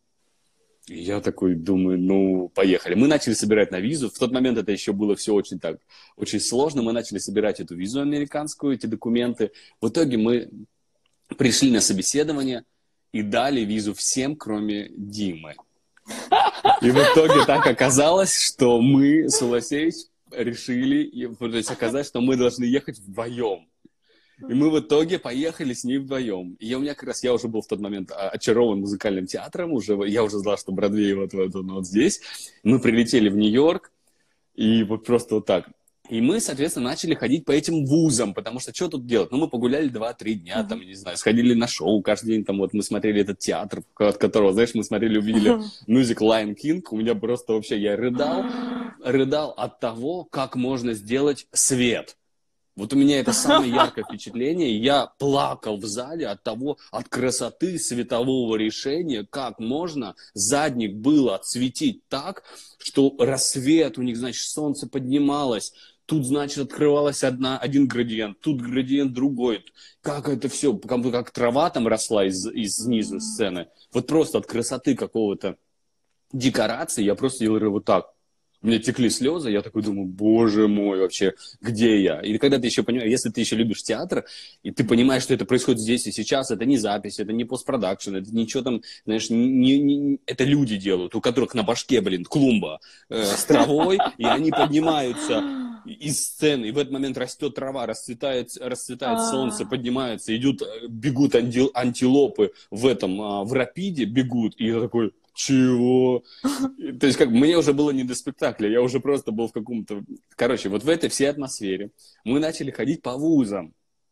И я такой думаю, ну, поехали. Мы начали собирать на визу. В тот момент это еще было все очень так, очень сложно. Мы начали собирать эту визу американскую, эти документы. В итоге мы пришли на собеседование и дали визу всем, кроме Димы. И в итоге так оказалось, что мы с Уласевич решили, и, то есть оказалось, что мы должны ехать вдвоем. И мы в итоге поехали с ней вдвоем. И я, у меня как раз, я уже был в тот момент очарован музыкальным театром, уже, я уже знал, что Бродвей вот, вот, вот, вот здесь. Мы прилетели в Нью-Йорк, и вот просто вот так. И мы, соответственно, начали ходить по этим вузам, потому что что тут делать? Ну, мы погуляли два-три дня, там, не знаю, сходили на шоу, каждый день там вот мы смотрели этот театр, от которого, знаешь, мы смотрели, увидели мюзикл Lion King, у меня просто вообще, я рыдал, рыдал от того, как можно сделать свет. Вот у меня это самое яркое впечатление. Я плакал в зале от того, от красоты светового решения, как можно задник было отсветить так, что рассвет у них, значит, солнце поднималось. Тут, значит, открывалась одна, один градиент, тут градиент другой. Как это все, как, как трава там росла из, из снизу сцены. Вот просто от красоты какого-то декорации я просто делал вот так. У меня текли слезы, я такой думаю, боже мой, вообще, где я? И когда ты еще понимаешь, если ты еще любишь театр, и ты понимаешь, что это происходит здесь и сейчас, это не запись, это не постпродакшн, это ничего там, знаешь, не, не, это люди делают, у которых на башке, блин, клумба э, с травой, и они поднимаются из сцены, и в этот момент растет трава, расцветает, расцветает солнце, поднимается, идут, бегут анти, антилопы в этом, в рапиде бегут, и я такой... Чего? То есть, как мне уже было не до спектакля, я уже просто был в каком-то... Короче, вот в этой всей атмосфере мы начали ходить по вузам.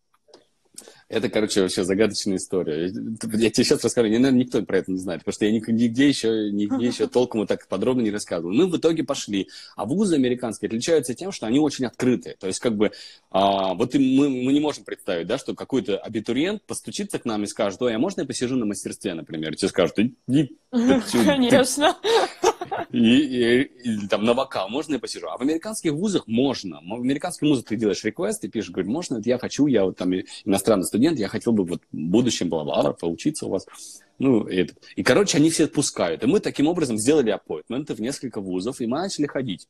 Это, короче, вообще загадочная история. Я тебе сейчас расскажу, наверное, никто про это не знает, потому что я нигде еще, нигде еще толком вот так подробно не рассказывал. Мы в итоге пошли. А вузы американские отличаются тем, что они очень открытые. То есть, как бы, а, вот мы, мы не можем представить, да, что какой-то абитуриент постучится к нам и скажет, ой, а можно я посижу на мастерстве, например? И тебе скажут, иди... Конечно. И, и, и там на вокал можно я посижу. А в американских вузах можно. В американских вузах ты делаешь реквест, и пишешь, говоришь, можно, я хочу, я вот там иностранный студент, я хотел бы вот в будущем бла-бла поучиться у вас. Ну, и, и, короче, они все отпускают. И мы таким образом сделали аппоинтменты в несколько вузов, и мы начали ходить.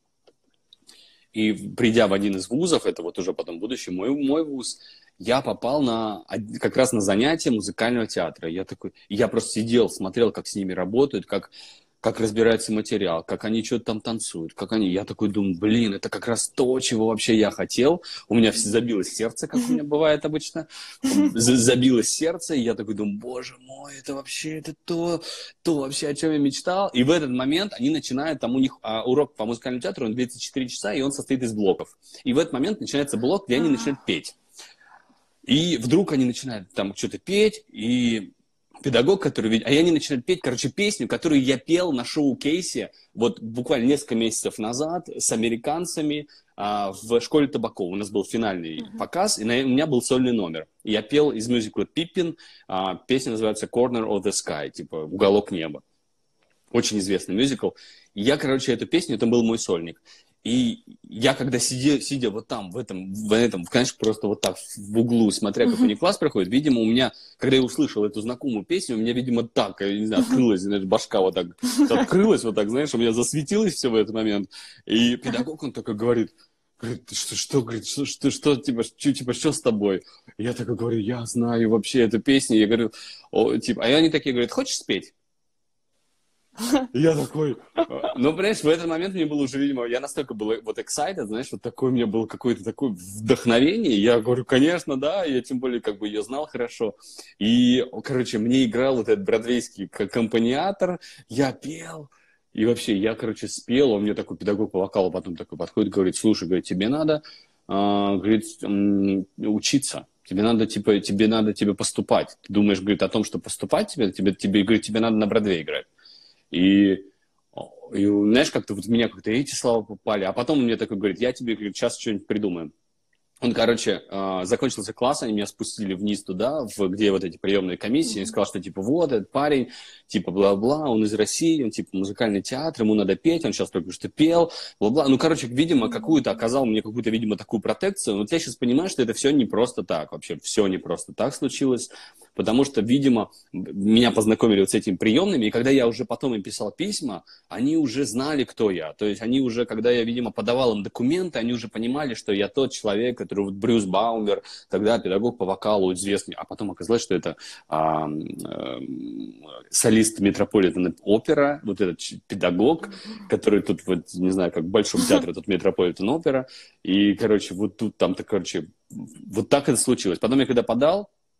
И придя в один из вузов, это вот уже потом будущий мой, мой вуз, я попал на, как раз на занятия музыкального театра. Я такой, я просто сидел, смотрел, как с ними работают, как... как разбирается материал, как они что-то там танцуют, как они... Я такой думаю, блин, это как раз то, чего вообще я хотел. У меня все забилось сердце, как у меня бывает обычно. Забилось сердце, и я такой думаю, боже мой, это вообще, это то, то вообще, о чем я мечтал. И в этот момент они начинают, там у них а, урок по музыкальному театру, он длится четыре часа, и он состоит из блоков. И в этот момент начинается блок, где они начинают петь. И вдруг они начинают там что-то петь, и... педагог, который видит, а я не начинаю петь, короче, песню, которую я пел на шоу-кейсе вот буквально несколько месяцев назад с американцами а, в школе Табакова. У нас был финальный uh-huh. показ, и на, у меня был сольный номер. И я пел из мюзикла «Пиппин», а, песня называется «Corner of the Sky», типа «Уголок неба». Очень известный мюзикл. И я, короче, эту песню, это был мой сольник. И я, когда сидя, сидя вот там, в этом, в этом, конечно, просто вот так в углу, смотря, как у них класс проходит, видимо, у меня, когда я услышал эту знакомую песню, у меня, видимо, так, я не знаю, открылась, знаешь, башка вот так, открылась вот так, знаешь, у меня засветилось все в этот момент. И педагог, он такой говорит, говорит, что, что, говорит, что, что, что, типа, что, типа, что с тобой? И я такой говорю, я знаю вообще эту песню. Я говорю, о, типа, а они такие говорят, хочешь спеть? Я такой, ну, понимаешь, в этот момент мне было уже, видимо, я настолько был вот excited, знаешь, вот такое у меня было какое-то такое вдохновение, я говорю, конечно, да, я тем более как бы ее знал хорошо, и, короче, мне играл вот этот бродвейский аккомпаниатор, я пел, и вообще, я, короче, спел, он мне такой педагог по вокалу потом такой подходит, говорит, слушай, говорит, тебе надо, а, говорит, учиться. Тебе надо, типа, тебе надо тебе поступать. Ты думаешь, говорит, о том, что поступать тебе, тебе, тебе, говорит, тебе надо на Бродвей играть. И, и знаешь, как-то вот в меня как-то эти слова попали. А потом он мне такой говорит, я тебе, говорит, сейчас что-нибудь придумаем. Он, короче, закончился класс, они меня спустили вниз туда, в, где вот эти приемные комиссии, и сказал, что, типа, вот, этот парень, типа, бла-бла, он из России, он, типа, музыкальный театр, ему надо петь, он сейчас только что пел, бла-бла. Ну, короче, видимо, какую-то, оказал мне какую-то, видимо, такую протекцию. Вот я сейчас понимаю, что это все не просто так, вообще, все не просто так случилось, потому что, видимо, меня познакомили вот с этими приемными, и когда я уже потом им писал письма, они уже знали, кто я. То есть они уже, когда я, видимо, подавал им документы, они уже понимали, что я тот человек, который вот Брюс Баумер, тогда педагог по вокалу известный, а потом оказалось, что это а, а, солист Метрополитен опера, вот этот педагог, который тут, вот, не знаю, как в Большом театре, тут Метрополитен опера, и, короче, вот тут там-то, короче, вот так это случилось. Потом я когда подал,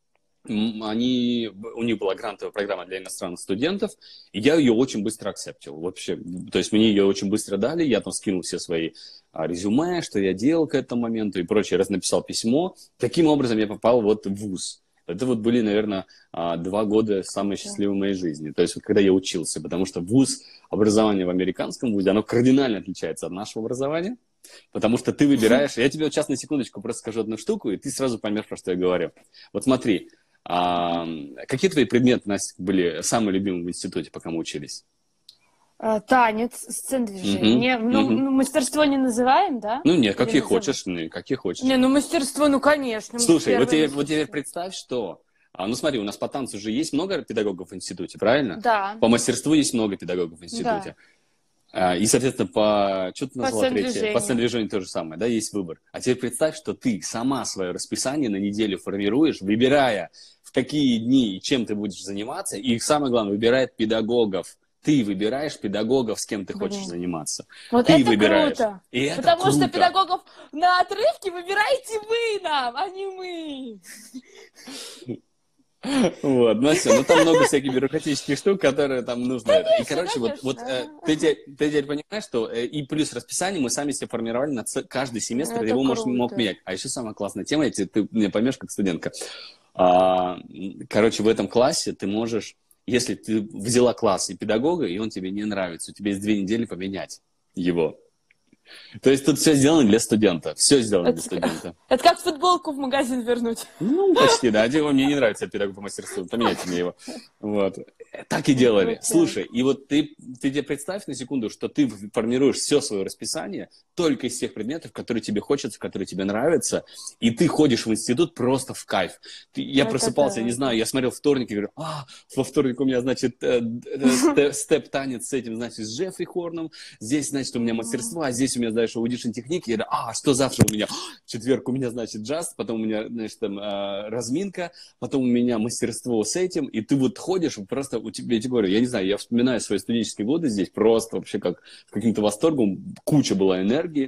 они, у них была грантовая программа для иностранных студентов, и я ее очень быстро акцептил. Вообще, то есть мне ее очень быстро дали, я там скинул все свои а, резюме, что я делал к этому моменту и прочее, раз написал письмо. Таким образом я попал вот в вуз. Это вот были, наверное, два года самые счастливые в моей жизни. То есть вот когда я учился, потому что вуз, образование в американском вузе, оно кардинально отличается от нашего образования. Потому что ты выбираешь... Я тебе вот сейчас на секундочку просто скажу одну штуку, и ты сразу поймешь, про что я говорю. Вот смотри, а, какие твои предметы, Настя, были самые любимые в институте, пока мы учились? А, танец, сцен движения. Угу, Не, ну, угу. ну, мастерство не называем, да? Ну, нет, какие называем? хочешь, ну, какие хочешь. Не, ну мастерство, ну, конечно. Слушай, вот теперь, вот теперь представь, что... А, ну, смотри, у нас по танцу же есть много педагогов в институте, правильно? Да. По мастерству есть много педагогов в институте. Да. И, соответственно, по... Что ты назвала третье? По сцен-движению то же самое, да, есть выбор. А теперь представь, что ты сама свое расписание на неделю формируешь, выбирая, в какие дни и чем ты будешь заниматься, и самое главное, выбирает педагогов. Ты выбираешь педагогов, с кем ты Блин. хочешь заниматься. Вот ты это выбираешь. круто. И это Потому круто. что педагогов на отрывке выбираете вы нам, а не мы. Вот, Настя, ну там много всяких бюрократических штук, которые там нужно. Конечно, и, короче, конечно. вот, вот э, ты, ты, ты теперь понимаешь, что э, и плюс расписание мы сами себе формировали на ц... каждый семестр, это его круто. мож, мог менять. А еще самая классная тема, ты, ты мне поймешь как студентка. А, короче, в этом классе ты можешь, если ты взяла класс и педагога, и он тебе не нравится, у тебя есть две недели поменять его. То есть тут все сделано для студента. Все сделано это, для студента. Это как футболку в магазин вернуть. Ну, почти, да. Мне не нравится педагог по мастерству. Поменяйте мне его. Вот. Так и делали. Слушай, и вот ты, ты тебе представь на секунду, что ты формируешь все свое расписание только из тех предметов, которые тебе хочется, которые тебе нравятся, и ты ходишь в институт просто в кайф. Ты, я это просыпался, да. я не знаю, я смотрел вторник и говорю, а, во вторник у меня, значит, степ-танец с этим, значит, с Джеффри Хорном, здесь, значит, у меня мастерство, а здесь у меня, знаешь, аудишн техники, я говорю, а, что завтра у меня? Четверг у меня, значит, джаз, потом у меня, значит, там, разминка, потом у меня мастерство с этим, и ты вот ходишь, просто у тебя, я тебе говорю, я не знаю, я вспоминаю свои студенческие годы здесь просто вообще как с каким-то восторгом, куча была энергии,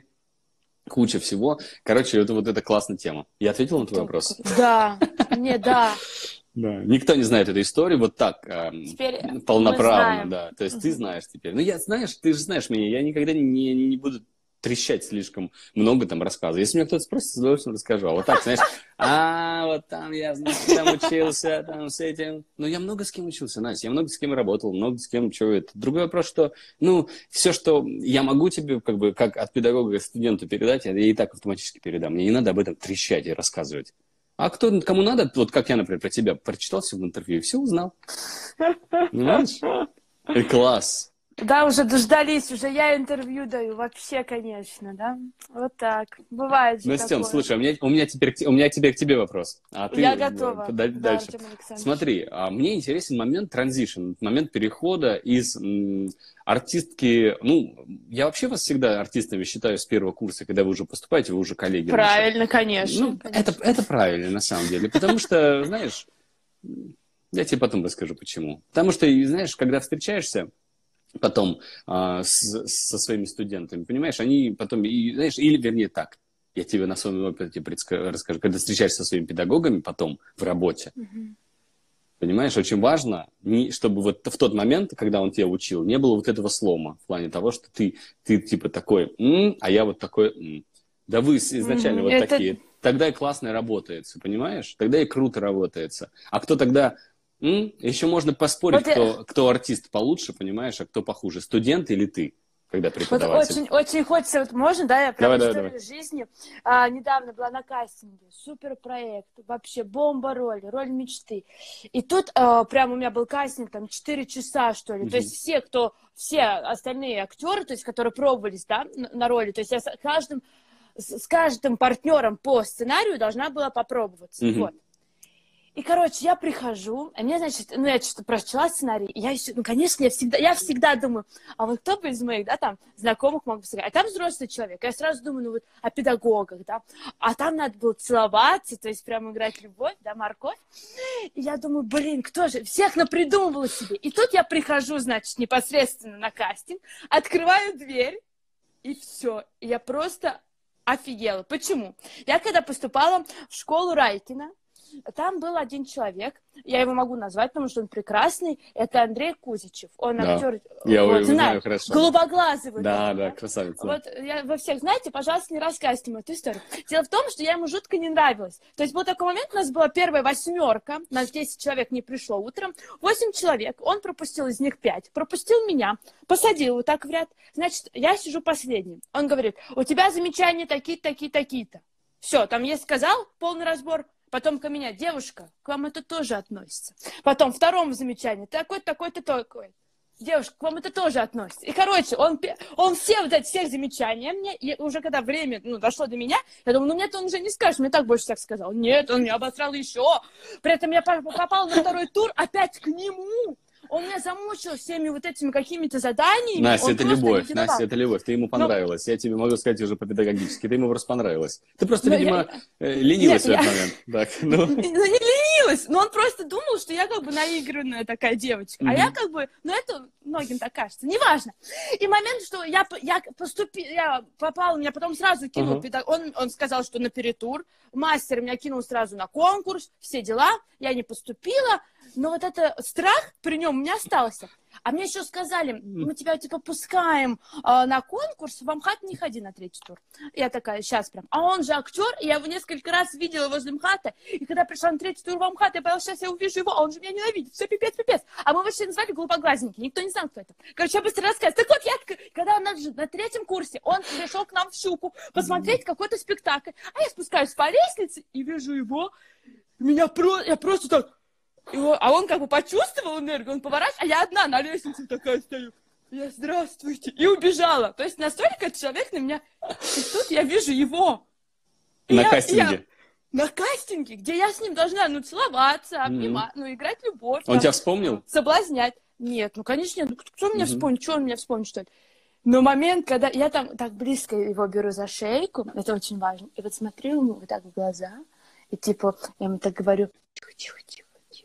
куча всего. Короче, это вот эта классная тема. Я ответил на твой вопрос? Да, не, да. Да. Никто не знает этой истории вот так теперь полноправно, да. То есть угу. ты знаешь теперь. Ну, я, знаешь, ты же знаешь меня, я никогда не, не, не буду трещать слишком много там рассказывать. Если меня кто-то спросит, с удовольствием расскажу. А вот так, знаешь, а вот там я, значит, там учился, там с этим. Ну, я много с кем учился, Настя, я много с кем работал, много с кем, что это. Другой вопрос, что, ну, все, что я могу тебе, как бы, как от педагога студенту передать, я и так автоматически передам. Мне не надо об этом трещать и рассказывать. А кто, кому надо, вот как я, например, про тебя прочитал все в интервью и все узнал. Понимаешь? И класс. Да, уже дождались, уже я интервью даю, вообще, конечно, да? Вот так, бывает же Настен, такое. слушай, у меня, у меня теперь, у меня теперь к тебе вопрос. А ты, я готова, да, да, дальше. Артем Александрович. Смотри, а мне интересен момент транзишн, момент перехода из м, артистки, ну, я вообще вас всегда артистами считаю с первого курса, когда вы уже поступаете, вы уже коллеги. Правильно, наши. конечно. Ну, конечно. Это, это правильно, на самом деле, потому что, знаешь, я тебе потом расскажу, почему. Потому что, знаешь, когда встречаешься, потом а, с, со своими студентами, понимаешь, они потом, и, знаешь, или вернее так, я тебе на своем опыте расскажу, когда встречаешься со своими педагогами потом в работе, mm-hmm. понимаешь, очень важно, не, чтобы вот в тот момент, когда он тебя учил, не было вот этого слома в плане того, что ты, ты типа такой, м-м, а я вот такой, м-м. Да вы изначально mm-hmm. вот Это... такие, тогда и классно работается, понимаешь, тогда и круто работается, а кто тогда... М? Еще можно поспорить, вот кто, я... кто артист получше, понимаешь, а кто похуже, студент или ты, когда преподаватель. Вот очень, очень хочется, вот можно, да, я прям давай, историю давай, жизни. А, недавно была на кастинге, супер проект, вообще бомба роль, роль мечты. И тут а, прям у меня был кастинг, там, четыре часа, что ли. Угу. То есть все, кто, все остальные актеры, то есть, которые пробовались, да, на, на роли, то есть я с каждым, с, с каждым партнером по сценарию должна была попробоваться, угу. вот. И, короче, я прихожу, а мне, значит, ну, я что-то прочла сценарий, и я еще, ну, конечно, я всегда, я всегда думаю, а вот кто бы из моих, да, там, знакомых мог бы сыграть? А там взрослый человек, я сразу думаю, ну, вот, о педагогах, да, а там надо было целоваться, то есть прям играть любовь, да, морковь, и я думаю, блин, кто же, всех напридумывала себе, и тут я прихожу, значит, непосредственно на кастинг, открываю дверь, и все, и я просто офигела. Почему? Я когда поступала в школу Райкина, там был один человек, я его могу назвать, потому что он прекрасный, это Андрей Кузичев. Он Да. актер, Я вот, его знаю знаю, хорошо. голубоглазый. Вот Да, этот, да, красавица. Вот я, вы всех знаете, пожалуйста, не рассказывайте ему эту историю. Дело в том, что я ему жутко не нравилась. То есть был такой момент, у нас была первая восьмерка, у нас десять человек не пришло утром, восемь человек, он пропустил из них пять, пропустил меня, посадил вот так в ряд. Значит, я сижу последним. Он говорит, у тебя замечания такие-то, такие-то, такие-то. Все, там я сказал, полный разбор. Потом ко меня, девушка, к вам это тоже относится. Потом второму замечанию, такой-то, такой-то, такой. Девушка, к вам это тоже относится. И, короче, он, он все вот эти всех замечания мне, и уже когда время ну, дошло до меня, я думаю, ну мне-то он уже не скажет, мне так больше всех сказал. Нет, он меня обосрал еще. При этом я попала на второй тур опять к нему. Он меня замучил всеми вот этими какими-то заданиями. Настя, он это любовь, Настя, это любовь. Ты ему Но... понравилась. Я тебе могу сказать уже по-педагогически. Ты ему просто понравилась. Ты просто, но видимо, я... ленилась Нет, в этот я... момент. Так, ну. ну, не ленилась, но он просто думал, что я как бы наигранная такая девочка. Mm-hmm. А я как бы, ну это многим так кажется, неважно. И момент, что я, я поступила, я попала, меня потом сразу кинул, uh-huh. педаг... он, он сказал, что на перетур, мастер меня кинул сразу на конкурс, все дела, я не поступила. Но вот этот страх при нем у меня остался. А мне еще сказали, мы тебя типа пускаем э, на конкурс, в МХАТ не ходи на третий тур. Я такая, сейчас прям. А он же актер, и я его несколько раз видела возле МХАТа. И когда пришла на третий тур в МХАТ, я поняла, сейчас я увижу его, а он же меня ненавидит. Все пипец, пипец. А мы вообще назвали голубоглазники, никто не знал, кто это. Короче, я быстро рассказываю. Так вот, я, когда на, на третьем курсе, он пришел к нам в Щуку посмотреть какой-то спектакль. А я спускаюсь по лестнице и вижу его. Меня про... Я просто так... Его, а он как бы почувствовал энергию, он поворачивается, а я одна на лестнице такая стою. Я здравствуйте. И убежала. То есть настолько этот человек на меня... И тут я вижу его. И на я, кастинге? Я, на кастинге, где я с ним должна, ну, целоваться, обнимать, mm-hmm. ну, играть любовь. Он там, тебя вспомнил? Соблазнять. Нет, ну, конечно, нет. Кто меня mm-hmm. вспомнит? Что он меня вспомнит, что ли? Но момент, когда я там так близко его беру за шейку, это очень важно. И вот смотрю ему вот так в глаза, и типа, я ему так говорю, тихо-тихо-тихо.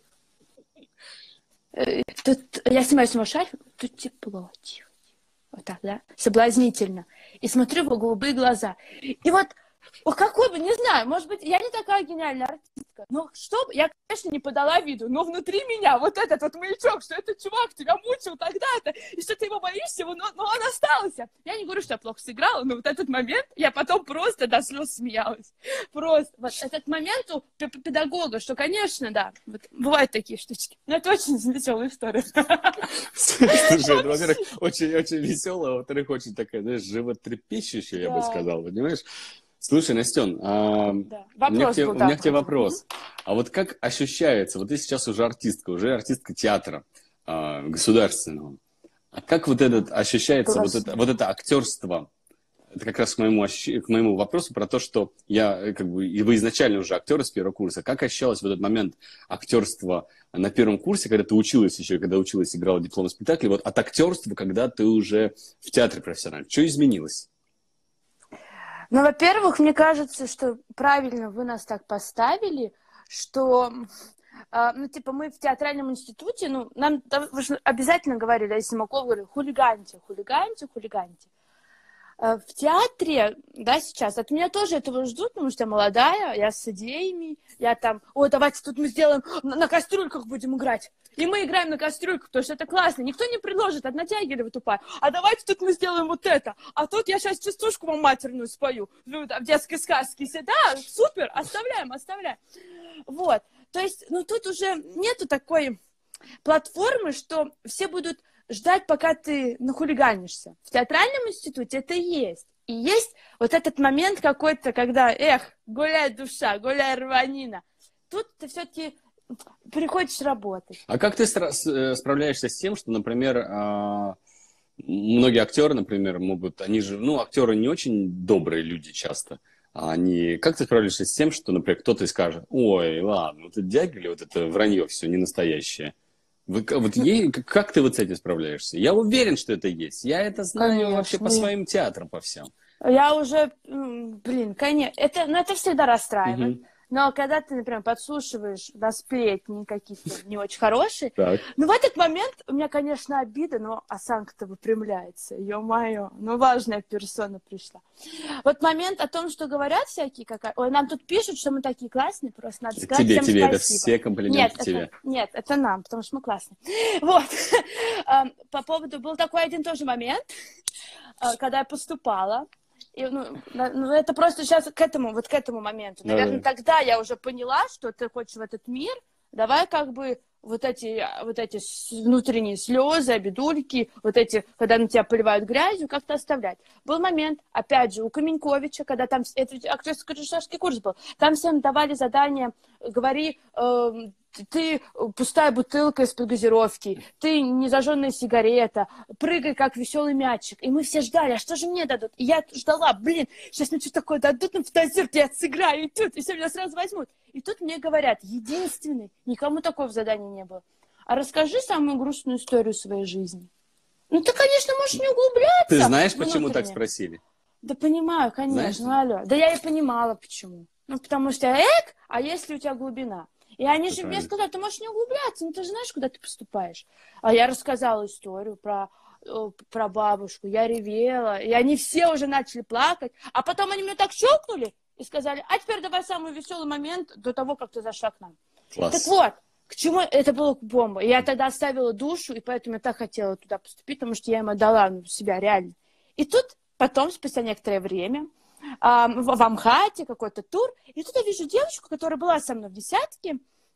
Тут я снимаю с него шарфик, тут тепло, тихо, вот так, да, соблазнительно. И смотрю в его голубые глаза. И вот, о, какой бы, не знаю, может быть, я не такая гениальная артистка, но что бы, я, конечно, не подала виду, но внутри меня вот этот вот маячок, что этот чувак тебя мучил тогда-то, и что ты его боишься, но, но он остался. Я не говорю, что я плохо сыграла, но вот этот момент, я потом просто до слез смеялась. Просто. Вот этот момент у педагога, что, конечно, да, вот, бывают такие штучки. Но это очень веселая история. Слушай, во-первых, очень-очень веселая, во-вторых, очень такая, знаешь, животрепещущая, я бы сказал, понимаешь? Слушай, Настен, а, да. у меня к тебе, у меня к тебе вопрос. А вот как ощущается, вот ты сейчас уже артистка, уже артистка театра а, государственного, а как вот этот ощущается, вот это, вот это актерство? Это как раз к моему, к моему вопросу про то, что я, как бы, и вы изначально уже актеры с первого курса. Как ощущалось в этот момент актерство на первом курсе, когда ты училась еще, когда училась, играла дипломный спектакль, вот от актерства, когда ты уже в театре профессионально? Что изменилось? Ну, во-первых, мне кажется, что правильно вы нас так поставили, что, э, ну, типа, мы в театральном институте, ну, нам вы же обязательно говорили, если Маков говорил, хулиганьте, хулиганьте, хулиганьте. Э, в театре, да, сейчас, от меня тоже этого ждут, потому что я молодая, я с идеями, я там, ой, давайте тут мы сделаем, на, на кастрюльках будем играть. И мы играем на кастрюльках, потому что это классно. Никто не предложит, одна тягелева тупая. А давайте тут мы сделаем вот это. А тут я сейчас частушку вам матерную спою. В детской сказке. Да, супер, оставляем, оставляем. Вот. То есть, ну тут уже нету такой платформы, что все будут ждать, пока ты нахулиганишься. В театральном институте это есть. И есть вот этот момент какой-то, когда, эх, гуляй душа, гуляй рванина. Тут ты все-таки... приходишь работать. А как ты справляешься с тем, что, например, многие актеры, например, могут, они же, ну, актеры не очень добрые люди часто, они, как ты справляешься с тем, что, например, кто-то скажет, ой, ладно, вот это дягель, вот это вранье все, не настоящее. Вы, вот ей, как ты вот с этим справляешься? Я уверен, что это есть. Я это знаю Конечно. Вообще по своим театрам, по всем. Я уже, блин, конечно, это, ну, это всегда расстраивает. Угу. Но когда ты, например, подслушиваешь на сплетни какие-то не очень хорошие, Так. ну, в этот момент у меня, конечно, обида, но осанка-то выпрямляется. Ё-моё, ну, важная персона пришла. Вот момент о том, что говорят всякие, какая... Ой, нам тут пишут, что мы такие классные, просто надо сказать Тебе, всем тебе, спасибо. это все комплименты Нет, тебе. это, нет, это нам, потому что мы классные. Вот. Эм, По поводу... Был такой один тоже момент, э, когда я поступала. И, ну, на- ну, это просто сейчас к этому, вот к этому моменту. Наверное, Да-да. тогда я уже поняла, что ты хочешь в этот мир, давай как бы вот эти, вот эти с- внутренние слезы, обидульки, вот эти, когда на тебя поливают грязью, как-то оставлять. Был момент, опять же, у Каменьковича, когда там, с- это актерско-режиссерский курс был, там всем давали задание, говори, эм, ты пустая бутылка из-под газировки, ты незажженная сигарета, прыгай, как веселый мячик. И мы все ждали, а что же мне дадут? И я ждала, блин, сейчас мне что такое дадут, на фантазирке я сыграю, и тут, и все меня сразу возьмут. И тут мне говорят, единственный, никому такого задания не было. А расскажи самую грустную историю своей жизни. Ну, ты, конечно, можешь не углубляться. Ты знаешь, почему внутренне. так спросили? Да понимаю, конечно, ну, алло. Да я и понимала, почему. Ну, потому что, эк, а если у тебя глубина? И они Это же мне правильно. сказали, ты можешь не углубляться, но ты же знаешь, куда ты поступаешь. А я рассказала историю про, э, про бабушку, я ревела, и они все уже начали плакать. А потом они меня так щелкнули и сказали, а теперь давай самый веселый момент до того, как ты зашла к нам. Класс. Так вот, к чему это было бомба. Я тогда оставила душу, и поэтому я так хотела туда поступить, потому что я им отдала ну, себя реально. И тут потом, спустя некоторое время, а, в, в Амхате какой-то тур, и тут я вижу девочку, которая была со мной в десятке,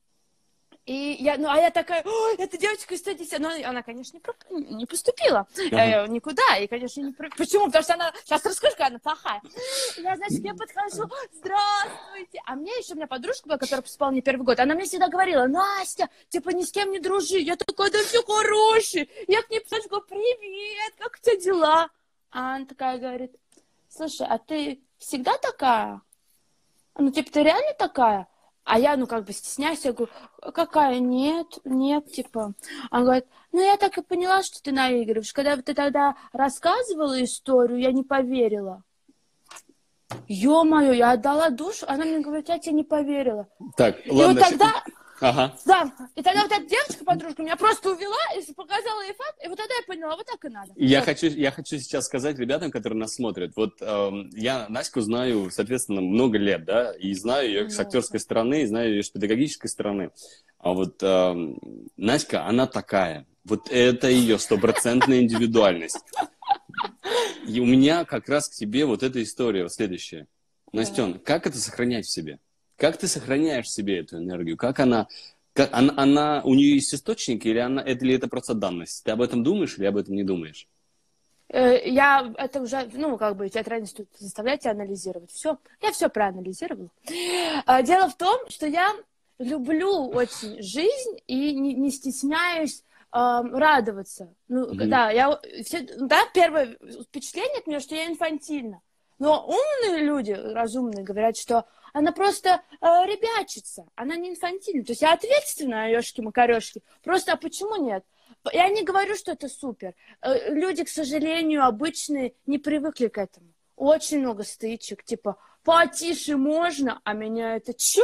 и я, ну, а я такая, ой, эта девочка из сто десять, но она, конечно, не, про- не поступила Ага. э, никуда, и, конечно, не про- Почему? Потому что она, сейчас расскажу, какая она плохая. Я, значит, я подхожу, здравствуйте, а мне еще, у меня подружка была, которая поступала не первый год, она мне всегда говорила, Настя, типа, ни с кем не дружи, я такая, да все хороший, я к ней подхожу, говорю, привет, как у тебя дела? А она такая говорит, слушай, а ты всегда такая? Ну, типа, ты реально такая? А я, ну, как бы стесняюсь, я говорю, какая? Нет, нет, типа. Она говорит, ну, я так и поняла, что ты наигрываешь. Когда ты тогда рассказывала историю, я не поверила. Ё-моё, я отдала душу, она мне говорит, я тебе не поверила. Так, И ладно. вот тогда... Ага. Да, и тогда вот эта девочка-подружка меня просто увела и показала ей факт, и вот тогда я поняла, вот так и надо. Я Вот. хочу, я хочу сейчас сказать ребятам, которые нас смотрят. Вот эм, я Наську знаю, соответственно, много лет, да, и знаю ее с актерской стороны, и знаю ее с педагогической стороны. А вот эм, Наська, она такая. Вот это ее стопроцентная индивидуальность. И у меня как раз к тебе вот эта история вот следующая. Настен, как это сохранять в себе? Как ты сохраняешь в себе эту энергию? Как она... Как, она, она, у нее есть источник, или, она, это, или это просто данность? Ты об этом думаешь или об этом не думаешь? Э, Я это уже, ну, как бы, театральность тут заставляет тебя анализировать. Все, я все проанализировала. А, Дело в том, что я люблю очень жизнь и не, не стесняюсь эм, радоваться. Ну, Мгм. да, я все, да, первое впечатление от меня, что я инфантильна. Но умные люди, разумные, говорят, что она просто э, ребячится, она не инфантильна. То есть я ответственна, ёшки-макарёшки. Просто, а почему нет? Я не говорю, что это супер. Э, Люди, к сожалению, обычные, не привыкли к этому. Очень много стычек, типа, потише можно, а меня это чё?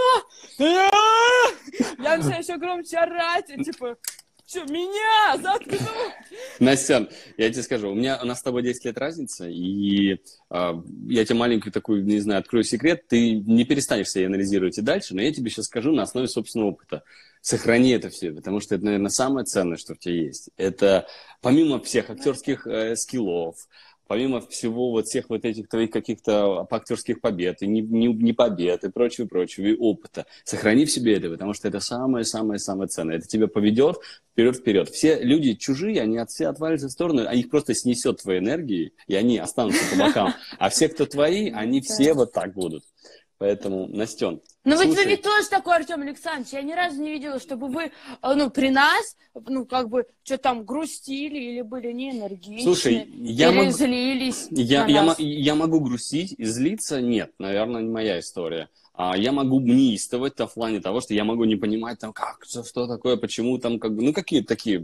Я начинаю еще громче орать, и типа, чё, меня заткнуть? Настян, я тебе скажу, у меня у нас с тобой десять лет разница, и а, я тебе маленькую такую, не знаю, открою секрет, ты не перестанешь себя анализировать и дальше, но я тебе сейчас скажу на основе собственного опыта. Сохрани это все, потому что это, наверное, самое ценное, что у тебя есть. Это помимо всех актерских э, скиллов, помимо всего вот всех вот этих твоих каких-то актерских побед, и не, не, не побед, и прочего, прочего, и опыта. Сохрани в себе это, потому что это самое-самое-самое ценное. Это тебя поведет вперед-вперед. Все люди чужие, они от, все отвалятся в сторону, а их просто снесет твоей энергией, и они останутся по бокам. А все, кто твои, они все вот так будут. Поэтому, Настен, Ну ведь вы слушай, ведь тоже такой, Артем Александрович. Я ни разу не видела, чтобы вы, э, ну, при нас, ну, как бы, что там, грустили или были неэнергичны, слушай, я или могу... злились Я, на я, мо- нас. я могу грустить и злиться, нет, наверное, не моя история. А я могу неистовать в плане того, что я могу не понимать, там, как, что, что такое, почему там, как бы, ну, какие-то такие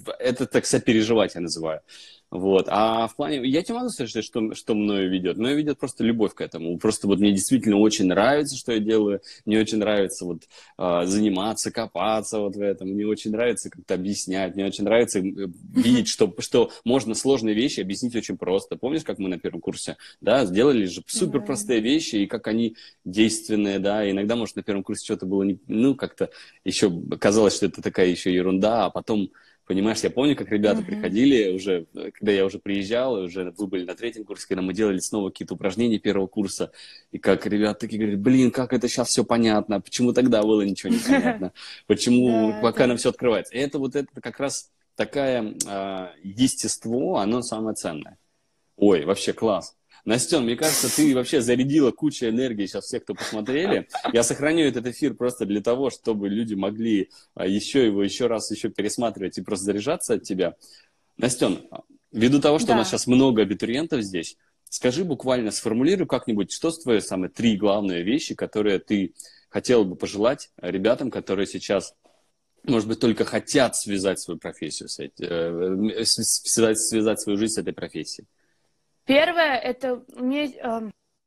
это так сопереживать я называю. Вот. А в плане, я тебе могу сказать, что, что мною ведет. Мною ведет просто любовь к этому. Просто вот мне действительно очень нравится, что я делаю. Мне очень нравится вот э, заниматься, копаться вот в этом. Мне очень нравится как-то объяснять. Мне очень нравится видеть, что, что можно сложные вещи объяснить очень просто. Помнишь, как мы на первом курсе, да, сделали же супер простые вещи, и как они действенные, да. И иногда, может, на первом курсе что-то было, не, ну, как-то еще казалось, что это такая еще ерунда, а потом... Понимаешь, я помню, как ребята uh-huh. приходили уже, когда я уже приезжал, и уже вы были на третьем курсе, когда мы делали снова какие-то упражнения первого курса, и как ребята такие говорят, блин, как это сейчас все понятно, почему тогда было ничего не понятно, почему пока нам все открывается. И это вот это как раз такое естество, оно самое ценное. Ой, вообще класс. Настен, мне кажется, ты вообще зарядила кучу энергии сейчас всех, кто посмотрели. Я сохраню этот эфир просто для того, чтобы люди могли еще его еще раз еще пересматривать и просто заряжаться от тебя. Настен, ввиду того, что да. у нас сейчас много абитуриентов здесь, скажи буквально, сформулируй как-нибудь, что твои самые три главные вещи, которые ты хотела бы пожелать ребятам, которые сейчас, может быть, только хотят связать свою профессию с этим, э, связать, связать свою жизнь с этой профессией. Первое, это уметь э,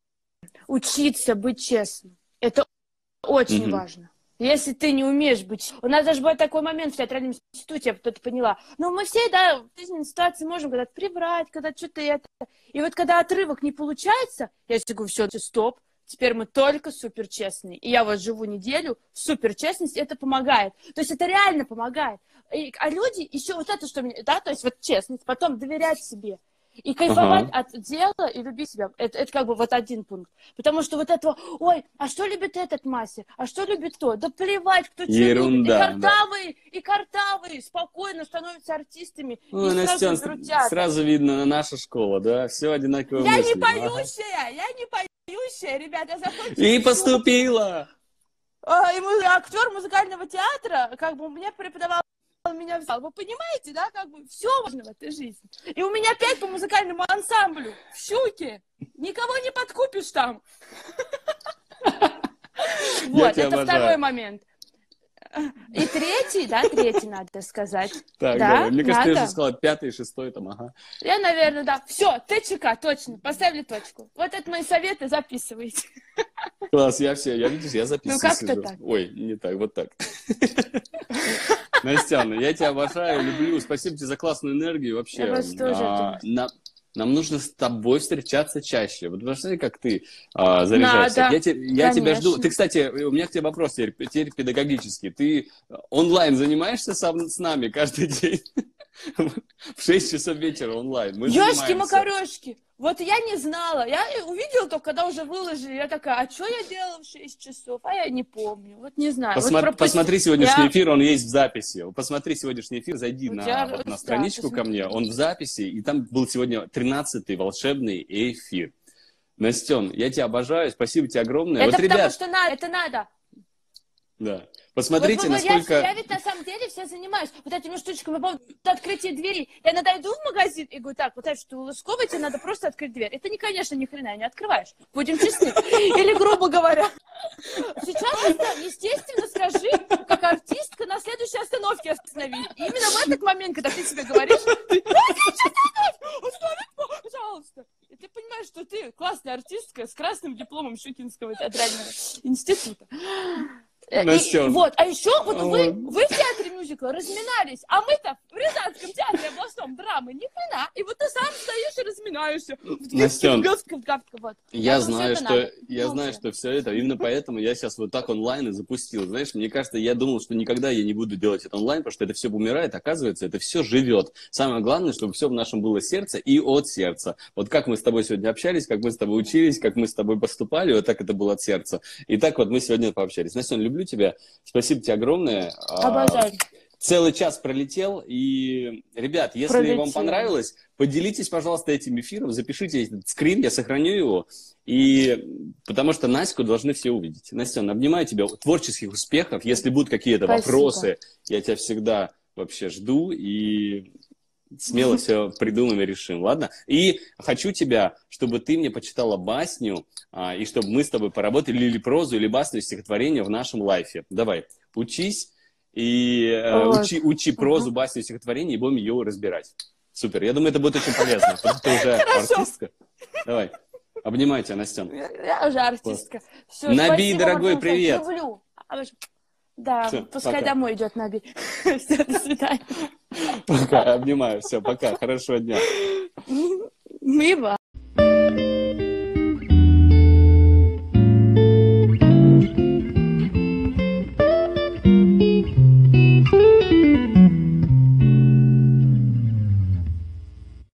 учиться быть честным. Это очень mm-hmm. важно. Если ты не умеешь быть... У нас даже был такой момент в театральном институте, я кто-то поняла. Но мы все, да, в жизненной ситуации можем когда-то приврать, когда-то что-то это... И вот когда отрывок не получается, я всегда говорю, все, стоп, теперь мы только суперчестные. И я вот живу неделю в суперчестности, это помогает. То есть это реально помогает. И, а люди еще вот это, что мне... Да, то есть вот честность, потом доверять себе. И кайфовать ага. от дела и любить себя. Это, это как бы вот один пункт. Потому что вот этого, ой, а что любит этот мастер? А что любит то? Да плевать, кто что любит. И картавые, да. и картавые спокойно становятся артистами. Ой, и Настен, сразу, сразу видно, наша школа, да? Все одинаково Я мысли. не поющая, ага. я не поющая, ребята. Я закончила. И поступила. А, и актер музыкального театра, как бы у меня преподавал меня взял. Вы понимаете, да, как бы все важно в этой жизни. И у меня пять по музыкальному ансамблю в Щуке. Никого не подкупишь там. Вот, это второй момент. И третий, да, третий надо сказать. Так, да, мне кажется, ты уже сказала пятый, шестой там, ага. Я, наверное, да. Все, ТЧК, точно, поставили точку. Вот это мои советы, записывайте. Класс, я все, я видишь, я записываю. Ну как-то так. Ой, не так, вот так. Настяна, я тебя обожаю, люблю. Спасибо тебе за классную энергию вообще. Я вас тоже а, на, нам нужно с тобой встречаться чаще. Вот посмотри, как ты а, заряжаешься. Надо, я те, я тебя жду. Ты, кстати, у меня к тебе вопрос теперь, теперь педагогический. Ты онлайн занимаешься сам с нами каждый день? В шесть часов вечера онлайн. Ёшки-макарешки. Вот я не знала. Я увидела только, когда уже выложили. Я такая, а что я делала в шесть часов? А я не помню. Вот не знаю. Посма- вот посмотри сегодняшний я... эфир, он есть в записи. Посмотри сегодняшний эфир, зайди на, я... вот, на страничку да, ко мне. Он в записи. И там был сегодня тринадцатый волшебный эфир. Настен, я тебя обожаю. Спасибо тебе огромное. Это вот, потому ребят... что надо. Это надо. Да. Посмотрите, вот, вот, насколько... Я, я ведь на самом деле все занимаюсь вот этими штучками по поводу открытия двери. Я иногда иду в магазин и говорю, так, вот это что у Лысковой, тебе надо просто открыть дверь. Это, не, конечно, ни хрена не открываешь. Будем честны. Или грубо говоря. Сейчас, естественно, скажи, как артистка на следующей остановке остановить. И именно в этот момент, когда ты себе говоришь, останови, пожалуйста. И ты понимаешь, что ты классная артистка с красным дипломом Щукинского театрального института. И, вот, а еще вот вы, вы в театре мюзикла разминались, а мы-то в Рязанском театре областном драмы ни хрена. И вот ты сам стоишь и разминаешься. Настен, вот. я, знаю, что, я знаю, что все это, именно поэтому я сейчас вот так онлайн и запустил. Знаешь, мне кажется, я думал, что никогда я не буду делать это онлайн, потому что это все умирает, оказывается, это все живет. Самое главное, чтобы все в нашем было сердце и от сердца. Вот как мы с тобой сегодня общались, как мы с тобой учились, как мы с тобой поступали, вот так это было от сердца. И так вот мы сегодня пообщались. Настен, люблю тебя. Спасибо тебе огромное. Обожаю. Целый час пролетел. И, ребят, если пролетел. Вам понравилось, поделитесь, пожалуйста, этим эфиром, запишите этот скрин, я сохраню его. И потому что Наську должны все увидеть. Настен, обнимаю тебя. Творческих успехов. Если будут какие-то Спасибо. Вопросы, я тебя всегда вообще жду. И смело все придумаем и решим, ладно? И хочу тебя, чтобы ты мне почитала басню, а, и чтобы мы с тобой поработали или прозу, или басню, стихотворение в нашем лайфе. Давай, учись и э, Вот. учи, учи прозу, басню, стихотворение, и будем ее разбирать. Супер. Я думаю, это будет очень полезно, потому что ты уже артистка. Давай. Обнимаю тебя, Настен. Я уже артистка. Все, Наби, спасибо, дорогой, Артем, привет. люблю. А вы ж- Да, Всё, пускай пока. домой идет Наби. Все, до свидания. Пока, обнимаю. Все, пока. Хорошего дня. Мимо.